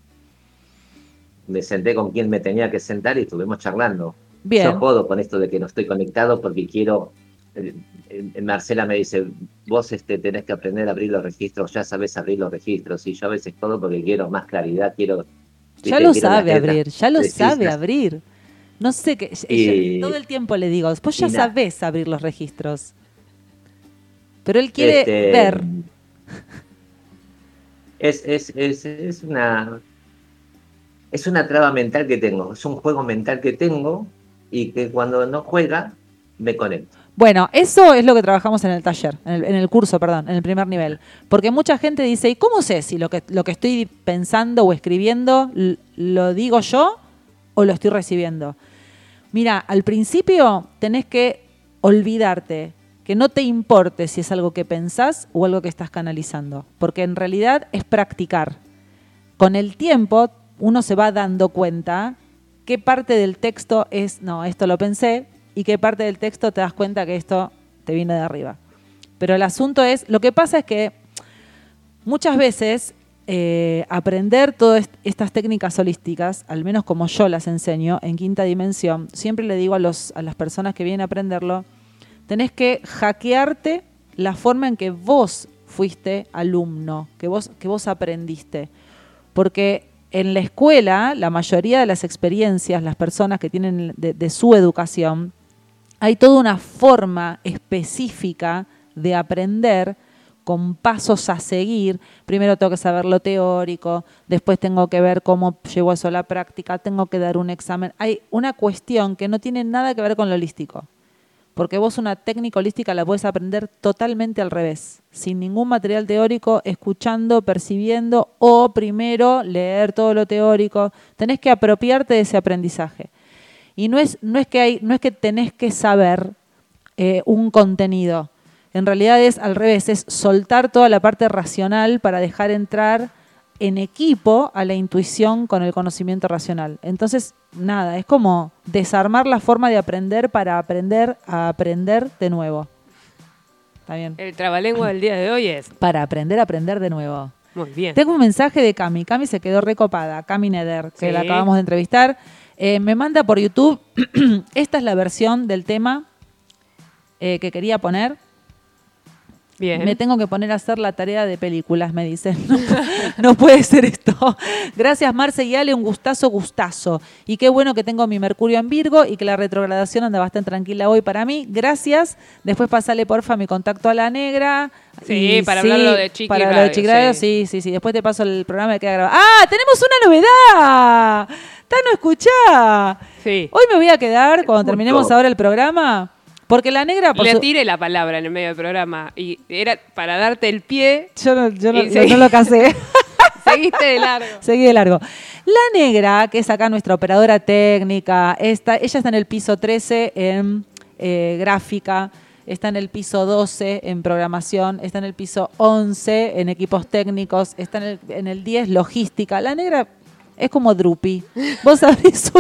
con quien me tenía que sentar y estuvimos charlando. Bien. Yo jodo con esto de que no estoy conectado porque quiero... Marcela me dice, vos tenés que aprender a abrir los registros, ya sabés abrir los registros, y yo a veces jodo porque quiero más claridad, quiero... Ya viste, lo quiero las sabe letras abrir, ya lo precisas. sabe abrir. No sé qué. Y- Todo el tiempo le digo, vos ya y nada. sabés abrir los registros. Pero él quiere ver. Es una traba mental que tengo, es un juego mental que tengo y que cuando no juega, me conecto. Bueno, eso es lo que trabajamos en el taller, en el curso, perdón, en el primer nivel. Porque mucha gente dice, ¿y cómo sé si lo que estoy pensando o escribiendo lo digo yo o lo estoy recibiendo? Mira, al principio tenés que olvidarte, que no te importe si es algo que pensás o algo que estás canalizando, porque en realidad es practicar. Con el tiempo uno se va dando cuenta qué parte del texto es, no, esto lo pensé, y qué parte del texto te das cuenta que esto te viene de arriba. Pero el asunto es, lo que pasa es que muchas veces aprender todas estas técnicas holísticas, al menos como yo las enseño en Quinta Dimensión, siempre le digo a las personas que vienen a aprenderlo, tenés que hackearte la forma en que vos fuiste alumno, que vos aprendiste. Porque en la escuela, la mayoría de las experiencias, las personas que tienen de su educación, hay toda una forma específica de aprender con pasos a seguir. Primero tengo que saber lo teórico, después tengo que ver cómo llevo eso a la práctica, tengo que dar un examen. Hay una cuestión que no tiene nada que ver con lo holístico. Porque vos una técnica holística la podés aprender totalmente al revés, sin ningún material teórico, escuchando, percibiendo, o primero leer todo lo teórico. Tenés que apropiarte de ese aprendizaje. Y no es que tenés que saber un contenido. En realidad es al revés, es soltar toda la parte racional para dejar entrar en equipo a la intuición con el conocimiento racional. Entonces, nada, es como desarmar la forma de aprender para aprender a aprender de nuevo. ¿Está bien? El trabalengua del día de hoy es... Para aprender a aprender de nuevo. Muy bien. Tengo un mensaje de Cami. Cami se quedó recopada. Cami Neder, que Sí. la acabamos de entrevistar. Me manda por YouTube. Esta es la versión del tema que quería poner. Bien. Me tengo que poner a hacer la tarea de películas, me dicen. No puede ser esto. Gracias, Marce y Ale, un gustazo. Y qué bueno que tengo mi Mercurio en Virgo y que la retrogradación anda bastante tranquila hoy para mí. Gracias. Después pasale, porfa, mi contacto a la negra. Sí, Y para hablar lo de Chiqui Para lo Radio, de Chiqui Radio, sí. sí. Después te paso el programa que queda grabado. ¡Ah! ¡Tenemos una novedad! Tano, escuchá. Sí. Hoy me voy a quedar, cuando terminemos ahora el programa, porque la negra... Le tiré la palabra en el medio del programa y era para darte el pie. Yo no Y lo casé. Seguiste de largo. Seguí de largo. La negra, que es acá nuestra operadora técnica, ella está en el piso 13 en gráfica, está en el piso 12 en programación, está en el piso 11 en equipos técnicos, está en el 10 logística. La negra es como Drupi. Vos abrís una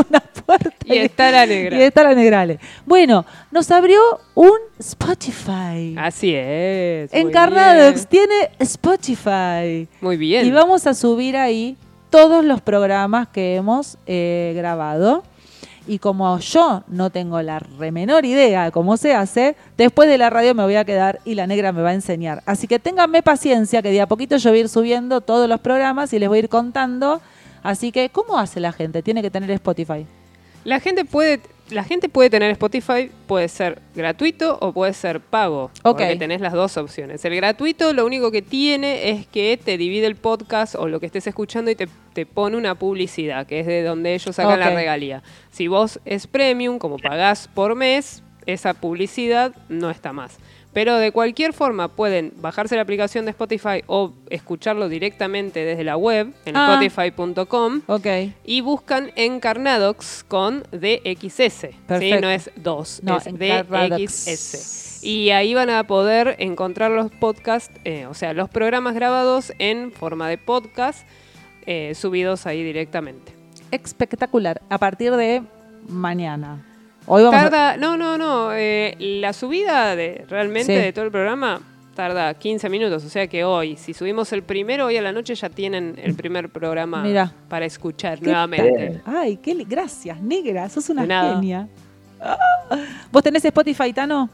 puerta. Y está la negra. Y está la Negrale. Bueno, nos abrió un Spotify. Así es. muy Encarnadox bien. tiene Spotify. Muy bien. Y vamos a subir ahí todos los programas que hemos grabado. Y como yo no tengo la menor idea de cómo se hace, después de la radio me voy a quedar y la negra me va a enseñar. Así que ténganme paciencia, que de a poquito yo voy a ir subiendo todos los programas y les voy a ir contando. Así que, ¿cómo hace la gente? Tiene que tener Spotify. La gente puede tener Spotify, puede ser gratuito o puede ser pago. Ok. Porque tenés las dos opciones. El gratuito lo único que tiene es que te divide el podcast o lo que estés escuchando y te pone una publicidad, que es de donde ellos sacan la Ok. regalía. Si vos es premium, como pagás por mes, esa publicidad no está más. Pero de cualquier forma pueden bajarse la aplicación de Spotify o escucharlo directamente desde la web en spotify.com. Ok. Y buscan Encarnadox con DXS. ¿sí? Perfecto. No es 2, No, es Encarnadox. DXS. Y ahí van a poder encontrar los podcasts, o sea, los programas grabados en forma de podcast, subidos ahí directamente. Espectacular. A partir de mañana. Hoy vamos Tarda, no. La subida realmente Sí. de todo el programa tarda 15 minutos. O sea que hoy, si subimos el primero, hoy a la noche ya tienen el primer programa Mirá. para escuchar Qué nuevamente. Ay, gracias, negra. Sos una De nada. genia. Ah. ¿Vos tenés Spotify, Tano?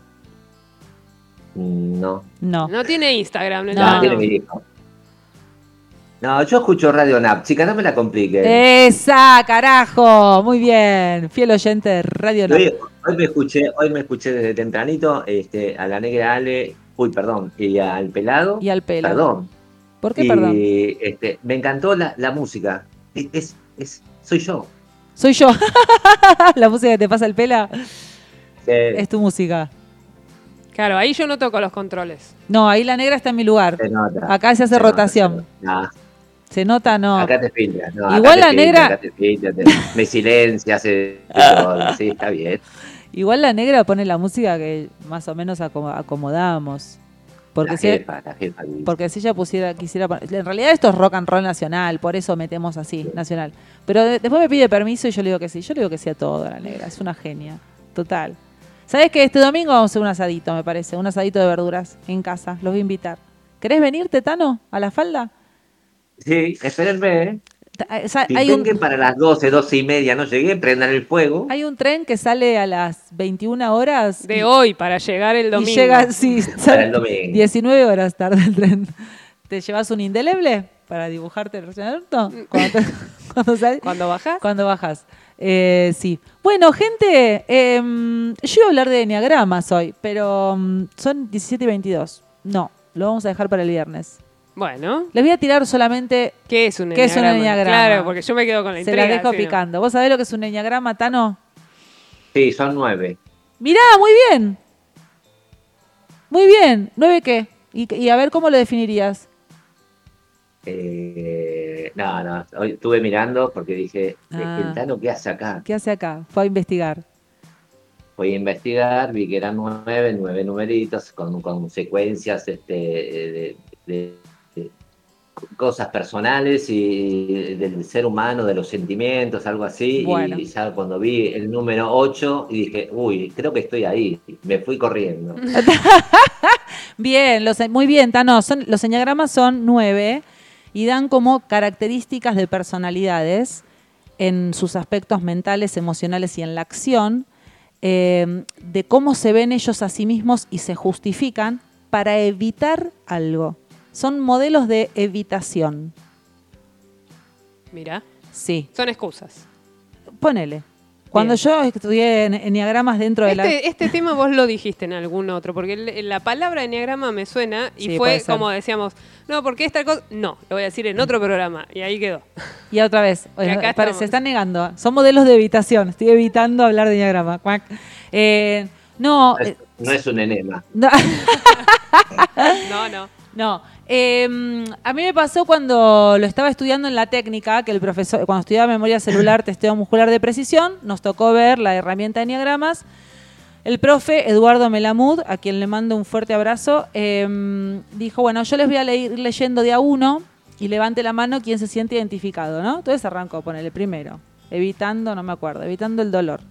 No. No. No tiene Instagram, No. No, tiene mi hijo. No, yo escucho Radio NAP. Chica, no me la compliques. Esa, carajo. Muy bien. Fiel oyente de Radio Nap. Hoy me escuché desde tempranito a la negra Ale, y al pelado. Y al pelo. Perdón. ¿Por qué, perdón? Me encantó la música. Soy yo. Soy yo. La música que te pasa el pela es tu música. Claro, ahí yo no toco los controles. No, ahí la negra está en mi lugar. Se nota. Acá se hace Se nota, rotación. se nota. Se nota, no. Acá te filtras. No, Igual acá la te negra- filtras, acá te filtras, me silencia, hace todo. Sí, está bien. Igual la negra pone la música que más o menos acomodamos. Porque La jefa. porque si ella quisiera poner, en realidad esto es rock and roll nacional, por eso metemos así, nacional. Pero después me pide permiso y yo le digo que sí. Yo le digo que sí a todo a la negra, es una genia, total. ¿Sabés que este domingo vamos a hacer un asadito, me parece? Un asadito de verduras en casa, los voy a invitar. ¿Querés venir, Tano, a la falda? Sí, espérenme. Si Hay ven que para las 12:30 no llegué, prendan el fuego. hay un tren que sale a las 21 horas. De hoy para llegar el domingo. Y llega, sí, Para el domingo. 19 horas tarda el tren. ¿Te llevas un indeleble para dibujarte el razonamiento? ¿Cuándo bajas? Cuando bajas. Sí. Bueno, gente, yo iba a hablar de enneagramas hoy, pero son 17:22. No, lo vamos a dejar para el viernes. Bueno, Les voy a tirar solamente. ¿qué es un ¿Qué es un enneagrama? enneagrama? Claro, porque yo me quedo con la Se intriga. la dejo ¿sí, no? picando. ¿Vos sabés lo que es un enneagrama, Tano? Sí, son 9. Mirá, muy bien. Muy bien. ¿9 qué? Y a ver cómo lo definirías. No, hoy estuve mirando porque dije, Ah. ¿el Tano qué hace acá? ¿Qué hace acá? Fue a investigar. Fui a investigar, vi que eran 9 numeritos con secuencias de cosas personales y del ser humano, de los sentimientos, algo así. Bueno. Y ya cuando vi el número 8 y dije, uy, creo que estoy ahí. Me fui corriendo. Bien, muy bien, Tano. Los enneagramas son 9 y dan como características de personalidades en sus aspectos mentales, emocionales y en la acción, de cómo se ven ellos a sí mismos y se justifican para evitar algo. Son modelos de evitación. Mira, Sí, son excusas. ponele. Cuando Bien. yo estudié enneagramas dentro de la... Este tema vos lo dijiste en algún otro, porque la palabra enneagrama me suena y Sí, puede fue ser. como decíamos, no, porque esta cosa, no, lo voy a decir en otro programa, y ahí quedó. Y otra vez, Y acá estamos. se están negando. Son modelos de evitación. Estoy evitando hablar de enneagrama. Cuac. No, No es un enema. no. No. No, a mí me pasó cuando lo estaba estudiando en la técnica, que el profesor, cuando estudiaba memoria celular, testeo muscular de precisión, nos tocó ver la herramienta de enneagramas. El profe Eduardo Melamud, a quien le mando un fuerte abrazo, dijo, bueno, yo les voy a ir leyendo de a uno y levante la mano quien se siente identificado, ¿no? Entonces arrancó, ponele primero. evitando, no me acuerdo, evitando el dolor.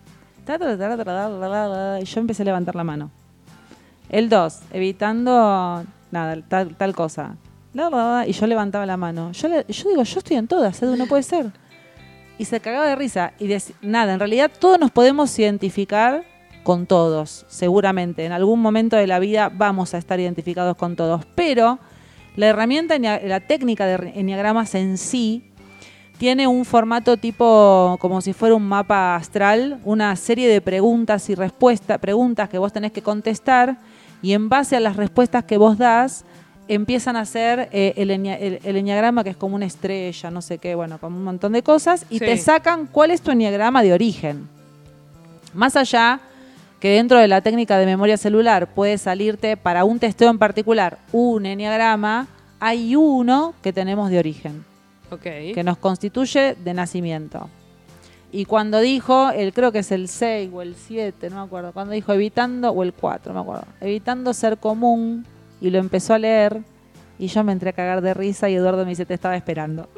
Y yo empecé a levantar la mano. El 2, evitando nada, tal cosa. Y yo levantaba la mano. Yo digo, yo estoy en todas, Edu, no puede ser. Y se cagaba de risa. Y nada, en realidad todos nos podemos identificar con todos, seguramente. En algún momento de la vida vamos a estar identificados con todos. Pero la herramienta, la técnica de enneagramas en sí, tiene un formato tipo como si fuera un mapa astral, una serie de preguntas y respuestas, preguntas que vos tenés que contestar, y en base a las respuestas que vos das, empiezan a hacer el enneagrama, que es como una estrella, no sé qué, bueno, como un montón de cosas, y te sacan cuál es tu enneagrama de origen. Más allá que dentro de la técnica de memoria celular puede salirte para un testeo en particular un enneagrama, hay uno que tenemos de origen. Okay. Que nos constituye de nacimiento. Y cuando dijo, creo que es el 6 o el 7, no me acuerdo, cuando dijo evitando, o el 4, no me acuerdo, evitando ser común, y lo empezó a leer, y yo me entré a cagar de risa y Eduardo me dice, te estaba esperando.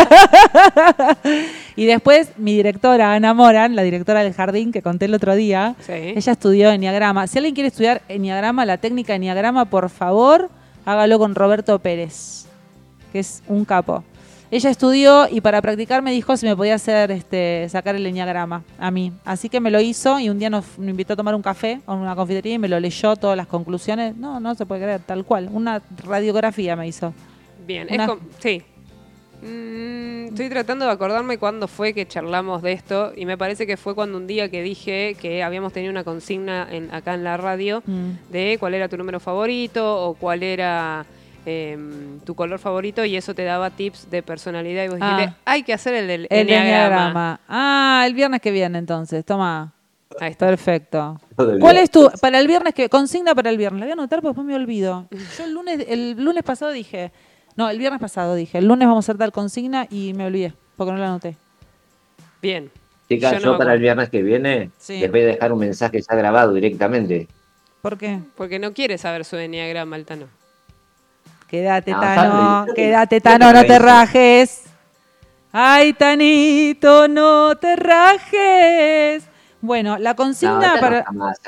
Y después mi directora, Ana Moran, la directora del jardín que conté el otro día, ella estudió enneagrama. Si alguien quiere estudiar enneagrama, la técnica enneagrama, por favor, hágalo con Roberto Pérez, que es un capo. Ella estudió y para practicar me dijo si me podía hacer sacar el enneagrama a mí. Así que me lo hizo y un día nos invitó a tomar un café en una confitería y me lo leyó todas las conclusiones. No se puede creer, tal cual. Una radiografía me hizo. Bien, sí. Estoy tratando de acordarme cuándo fue que charlamos de esto y me parece que fue cuando un día que dije que habíamos tenido una consigna acá en la radio de cuál era tu número favorito o cuál era... tu color favorito y eso te daba tips de personalidad y vos dijiste, hay que hacer el enneagrama. El viernes que viene entonces, toma. Ahí está. Perfecto. ¿Cuál es tu, para el viernes, consigna para el viernes? La voy a anotar porque después me olvido. Yo el lunes pasado dije, el viernes pasado dije, el lunes vamos a hacer tal consigna y me olvidé porque no la anoté. Bien. Chicas, yo para el viernes que viene les voy a dejar un mensaje ya grabado directamente. ¿Por qué? Porque no quiere saber su enneagrama, el Tano. Quédate, Tano, no te rajes. Ay, Tanito, no te rajes. Bueno, la consigna para...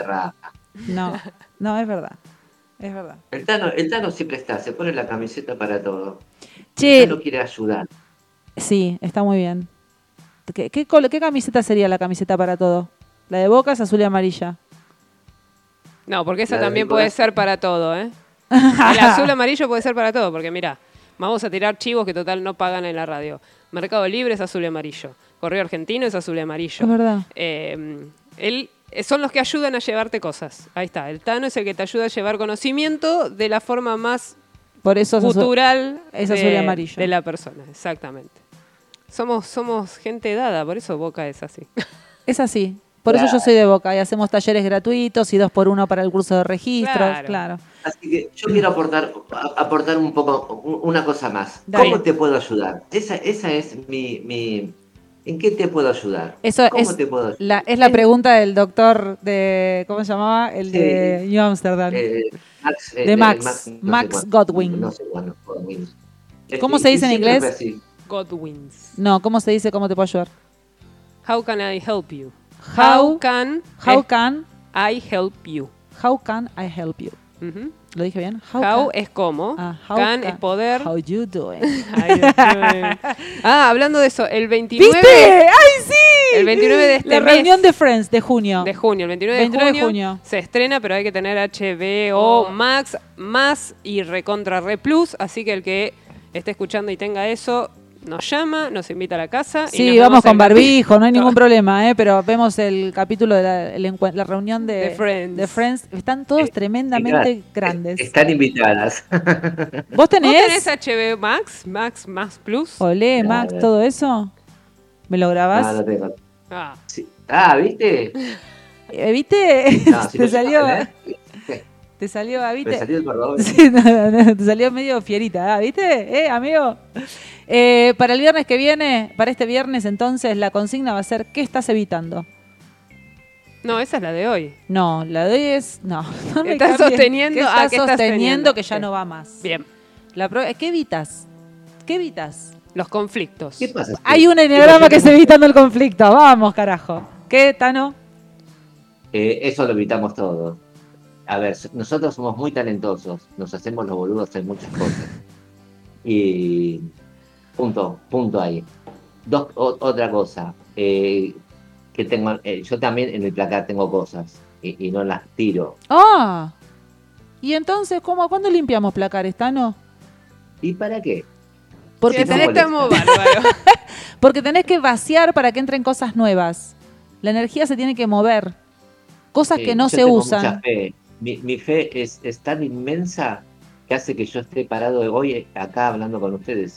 No, es verdad. Es verdad. El Tano siempre está, se pone la camiseta para todo. Che, el Tano quiere ayudar. Sí, está muy bien. ¿Qué camiseta sería la camiseta para todo? La de Boca es azul y amarilla. No, porque esa también puede ser para todo, ¿eh? El azul amarillo puede ser para todo, porque mira, vamos a tirar chivos que total no pagan en la radio. Mercado Libre es azul y amarillo. Correo Argentino es azul y amarillo. Es verdad. Son los que ayudan a llevarte cosas. Ahí está. El Tano es el que te ayuda a llevar conocimiento de la forma más cultural es azul y amarillo de la persona. Exactamente. Somos gente dada, por eso Boca es así. Es así. Por eso yo soy de Boca y hacemos talleres gratuitos y 2x1 para el curso de registros, claro. Así que yo quiero aportar un poco, una cosa más. Dale. ¿Cómo te puedo ayudar? Esa es mi ¿en qué te puedo ayudar? ¿Cómo te puedo ayudar? Es la pregunta del doctor de, ¿cómo se llamaba? El de New Amsterdam. Max Godwin. No sé cuándo. ¿Cómo se dice en inglés? Godwins. No, ¿cómo se dice cómo te puedo ayudar? How can I help you? How can I help you? How can I help you? ¿Lo dije bien? How es cómo. Can es poder. How you doing? Hablando de eso, el 29... ¿Viste? ¡Ay, sí! El 29 de este mes. La reunión de Friends de junio. El 29 de junio se estrena, pero hay que tener HBO Max, más y recontra Re Plus, así que el que esté escuchando y tenga eso... Nos llama, nos invita a la casa. Sí, vamos con barbijo, no hay ningún problema, pero vemos el capítulo de la reunión de Friends. Están todos tremendamente grandes. Están invitadas. ¿Vos tenés HBO Max Plus? Olé, claro. Max, todo eso. ¿Me lo grabás? No tengo. Sí. ¿Viste? ¿Viste? No, si te salió. Te salió, ¿viste? Me salió el perdón. Sí, te salió medio fierita, ¿viste? Amigo. Para el viernes que viene, para este viernes entonces, la consigna va a ser ¿qué estás evitando? No, esa es la de hoy. No, la de hoy es... No estás sosteniendo... ¿Qué estás sosteniendo que ya no va más? Bien. ¿Qué evitas? ¿Qué evitas? Los conflictos. ¿Qué pasa? Hay un enneagrama que se evitando el conflicto. Vamos, carajo. ¿Qué, Tano? Eso lo evitamos todos. A ver, nosotros somos muy talentosos, nos hacemos los boludos en muchas cosas. Y punto ahí. Otra cosa, que tengo, yo también en el placar tengo cosas y no las tiro. Ah. ¿Y entonces cuándo limpiamos placares, Tano? ¿Y para qué? Porque Sí, tenés, estamos bárbaros. porque tenés que vaciar para que entren cosas nuevas. La energía se tiene que mover. Cosas que no yo se tengo usan. mucha fe. Mi fe es tan inmensa que hace que yo esté parado hoy acá hablando con ustedes.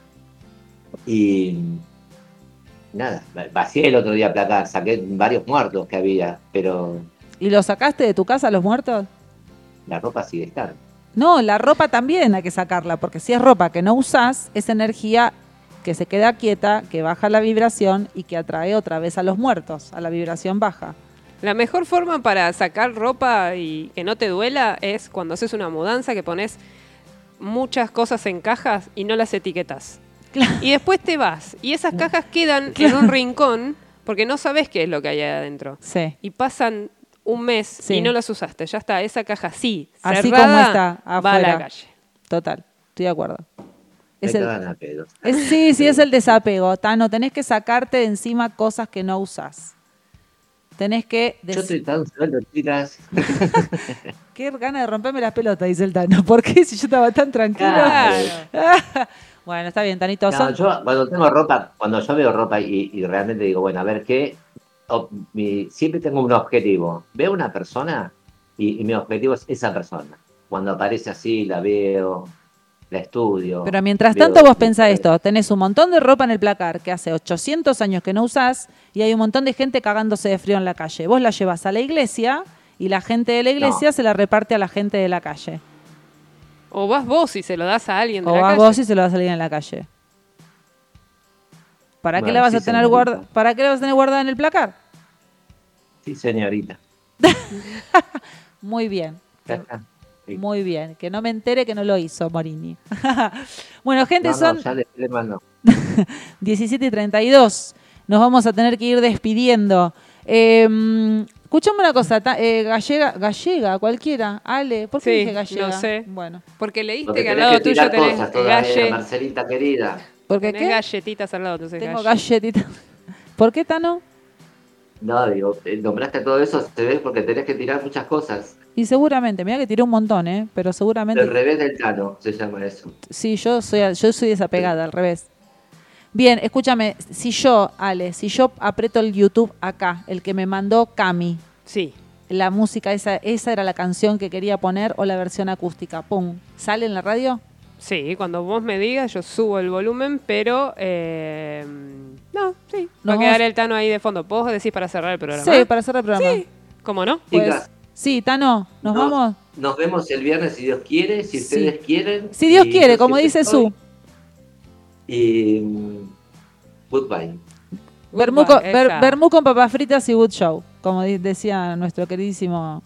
Y nada, vacié el otro día placar, saqué varios muertos que había, pero ¿Y los sacaste de tu casa, los muertos? la ropa sigue estando. No, la ropa también hay que sacarla, porque si es ropa que no usás, es energía que se queda quieta, que baja la vibración y que atrae otra vez a los muertos, a la vibración baja. La mejor forma para sacar ropa y que no te duela es cuando haces una mudanza que pones muchas cosas en cajas y no las etiquetas. Claro. Y después te vas y esas cajas quedan en un rincón porque no sabes qué es lo que hay adentro. Sí. Y pasan un mes Sí. y no las usaste. Ya está, esa caja sí, Así cerrada, como está, va a afuera. la calle. Total, estoy de acuerdo. Me Es el- cagan a pedos. sí, es el desapego, Tano. Tenés que sacarte de encima cosas que no usás. Tenés que... Yo estoy tan suelto, chicas. Qué gana de romperme las pelotas, dice el Tano. ¿Por qué? Si yo estaba tan tranquilo. Claro. Bueno, está bien, Tanito. No, yo cuando yo veo ropa y realmente digo, bueno, a ver qué, siempre tengo un objetivo. Veo una persona y mi objetivo es esa persona. Cuando aparece así, la veo, la estudio. Pero mientras veo- tanto vos pensás esto, tenés un montón de ropa en el placar que hace 800 años que no usás y hay un montón de gente cagándose de frío en la calle. Vos la llevas a la iglesia y la gente de la iglesia se la reparte a la gente de la calle. O vas vos y se lo das a alguien de O la vas calle. vos y se lo vas a salir en la calle. ¿Para qué Bueno, la vas sí, a tener señorita. ¿Para qué la vas a tener guardada en el placar? Sí, señorita. Muy bien. Ya está. Sí. Muy bien. Que no me entere que no lo hizo Morini. Bueno, gente, No, son ya le mando. 17:32. Nos vamos a tener que ir despidiendo. Escuchame una cosa, gallega, cualquiera. Ale, ¿por qué Sí, dije gallega? no sé. Bueno, Porque leíste Porque que al tenés lado que tirar tuyo tenés cosas todavía, galle, Marcelita querida. ¿porque tenés qué? galletitas al lado, entonces Tengo galle. galletitas. ¿Por qué, Tano? No, digo, nombraste todo eso, se ve porque tenés que tirar muchas cosas. Y seguramente, mira que tiré un montón, pero seguramente... El revés del Tano se llama eso. Sí, yo soy desapegada, al revés. Bien, escúchame, si yo aprieto el YouTube acá, el que me mandó Cami, Sí. la música, esa era la canción que quería poner o la versión acústica, pum, ¿sale en la radio? Sí, cuando vos me digas, yo subo el volumen, pero no, sí. Va a Nos quedar vamos- el Tano ahí de fondo. ¿Vos decís para cerrar el programa? Sí, para cerrar el programa. Sí. ¿Cómo no? Pues, Chicas, sí, Tano, ¿nos vamos? Nos vemos el viernes si Dios quiere, si Sí. ustedes quieren. Si Dios y quiere, yo como siempre dice Su. estoy. Y goodbye. Vermú Goodbye, con, esa. vermú con papas fritas y wood show, como decía nuestro queridísimo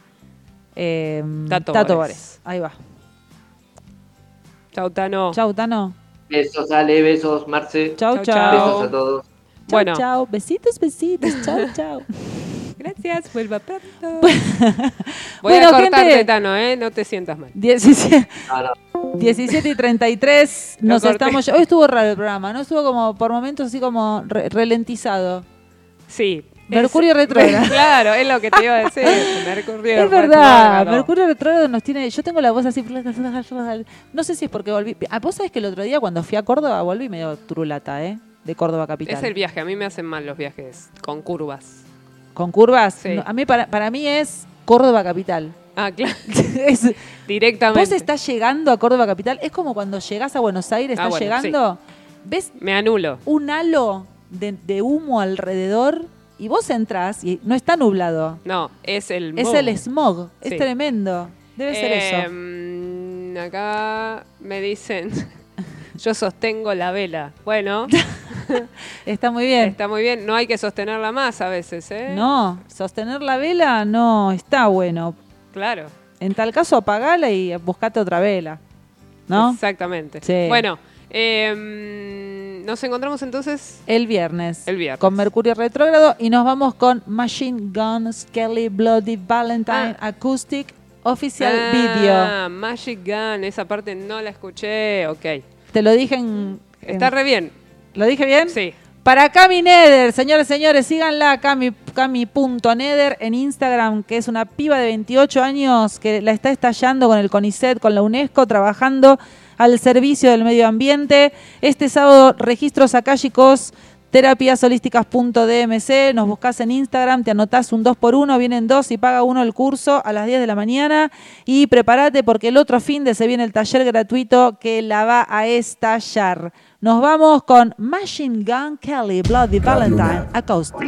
Tato Tato Bores. Bores. Ahí va. Chau, Tano. Chau, Tano. Besos, Ale, besos, Marce. Chau, Chau, chau. Besos a todos. Chau, Bueno. chau. Besitos, besitos. Chau, chau. Gracias, vuelva pronto. Voy Bueno, a cortarte, gente. Tano, no te sientas mal. 17 No, no. 17:33. Lo Nos corté. estamos. Hoy estuvo raro el programa, ¿no? Estuvo como por momentos así como ralentizado. Sí. Mercurio retrógrado. Claro, es lo que te iba a decir. Mercurio Es verdad, retrógrado. Mercurio retrógrado nos tiene. Yo tengo la voz así. No sé si es porque volví. Vos sabés que el otro día cuando fui a Córdoba volví medio trulata, de Córdoba capital. Es el viaje. A mí me hacen mal los viajes con curvas. ¿Con curvas? Sí. No, a mí para mí es Córdoba capital. Ah, claro. Es- Directamente. vos estás llegando a Córdoba capital. Es como cuando llegás a Buenos Aires, Ah, estás bueno, llegando. ¿Ves Me anulo. un halo de humo alrededor? Y vos entrás y no está nublado. No, es el Es moho. el smog. Sí. Es tremendo. Debe ser eso. Acá me dicen, yo sostengo la vela. Bueno, Está muy bien. está muy bien. No hay que sostenerla más a veces, ¿eh? No, sostener la vela no está bueno. Claro. En tal caso, apagala y buscate otra vela. ¿no? Exactamente. Sí. Bueno, Nos encontramos entonces el viernes. El viernes. Con Mercurio retrógrado y nos vamos con Machine Gun Kelly Bloody Valentine Acoustic Oficial Video. Magic Gun, esa parte no la escuché, ok. Te lo dije en... Está re bien. ¿Lo dije bien? Sí. Para Cami Nether, señores, síganla, Cami.Nether en Instagram, que es una piba de 28 años que la está estallando con el CONICET, con la UNESCO, trabajando al servicio del medio ambiente. Este sábado, registros akáshicos, terapiasholísticas.dmc, nos buscas en Instagram, te anotás un 2x1, vienen 2 y paga 1 el curso a las 10 de la mañana. Y prepárate porque el otro fin de se viene el taller gratuito que la va a estallar. Nos vamos con Machine Gun Kelly Bloody Valentine Acoustic.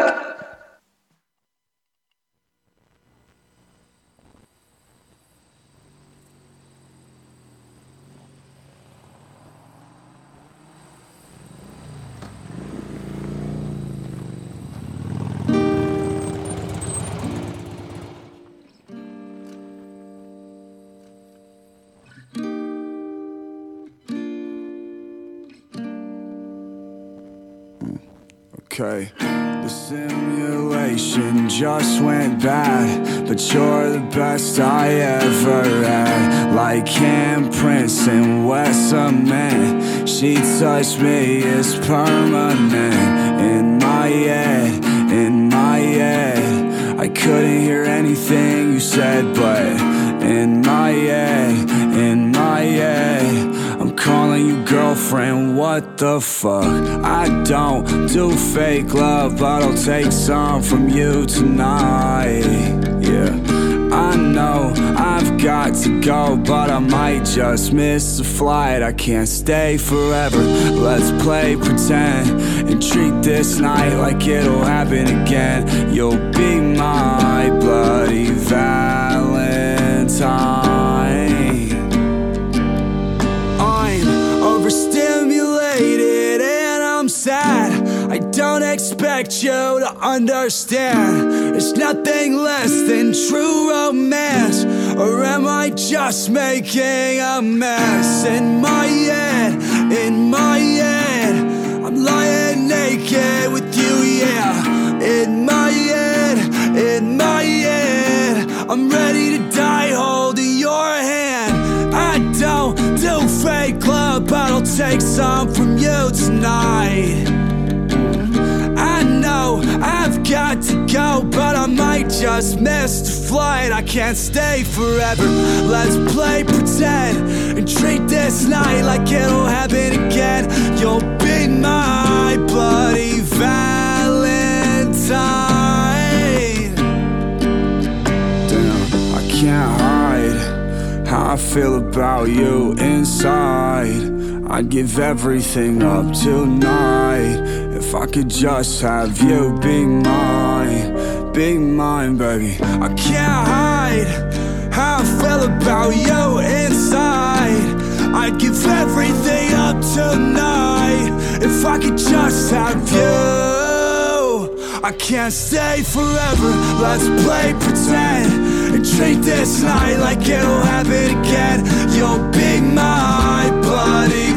Okay, the simulation just went bad, but you're the best I ever had. Like handprints in wet cement, she touched me, it's permanent. In my head, I couldn't hear anything you said, but in my head, I'm calling you girlfriend, what the fuck? I don't do fake love, but I'll take some from you tonight. Yeah, I know I've got to go, but I might just miss the flight. I can't stay forever, let's play pretend and treat this night like it'll happen again. You'll be my bloody Valentine. Overstimulated and I'm sad. I don't expect you to understand. It's nothing less than true romance. Or am I just making a mess? In my head, I'm lying naked with you, yeah. In my head, I'm ready to die holding your hand. I don't do fake love, but I'll take some from you tonight. I know I've got to go, but I might just miss the flight. I can't stay forever, let's play pretend and treat this night like it'll happen again. You'll be my bloody Valentine. Damn, I can't hide how I feel about you inside. I'd give everything up tonight if I could just have you be mine, baby. I can't hide how I feel about you inside. I'd give everything up tonight if I could just have you. I can't stay forever, let's play pretend and treat this night like it'll happen again. You'll be my bloody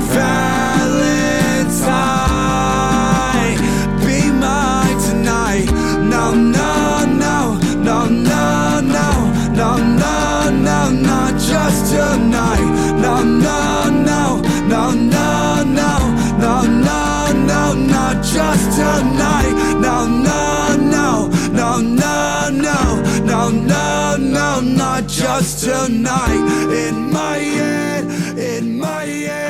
Valentine. Be mine tonight. No, no, no, no, no, no, no, no, no, not just tonight. No, no, no, no, no, no, no, no, no, not just tonight. No, no, no, no, no, no, no, no, no, not just tonight. In my head,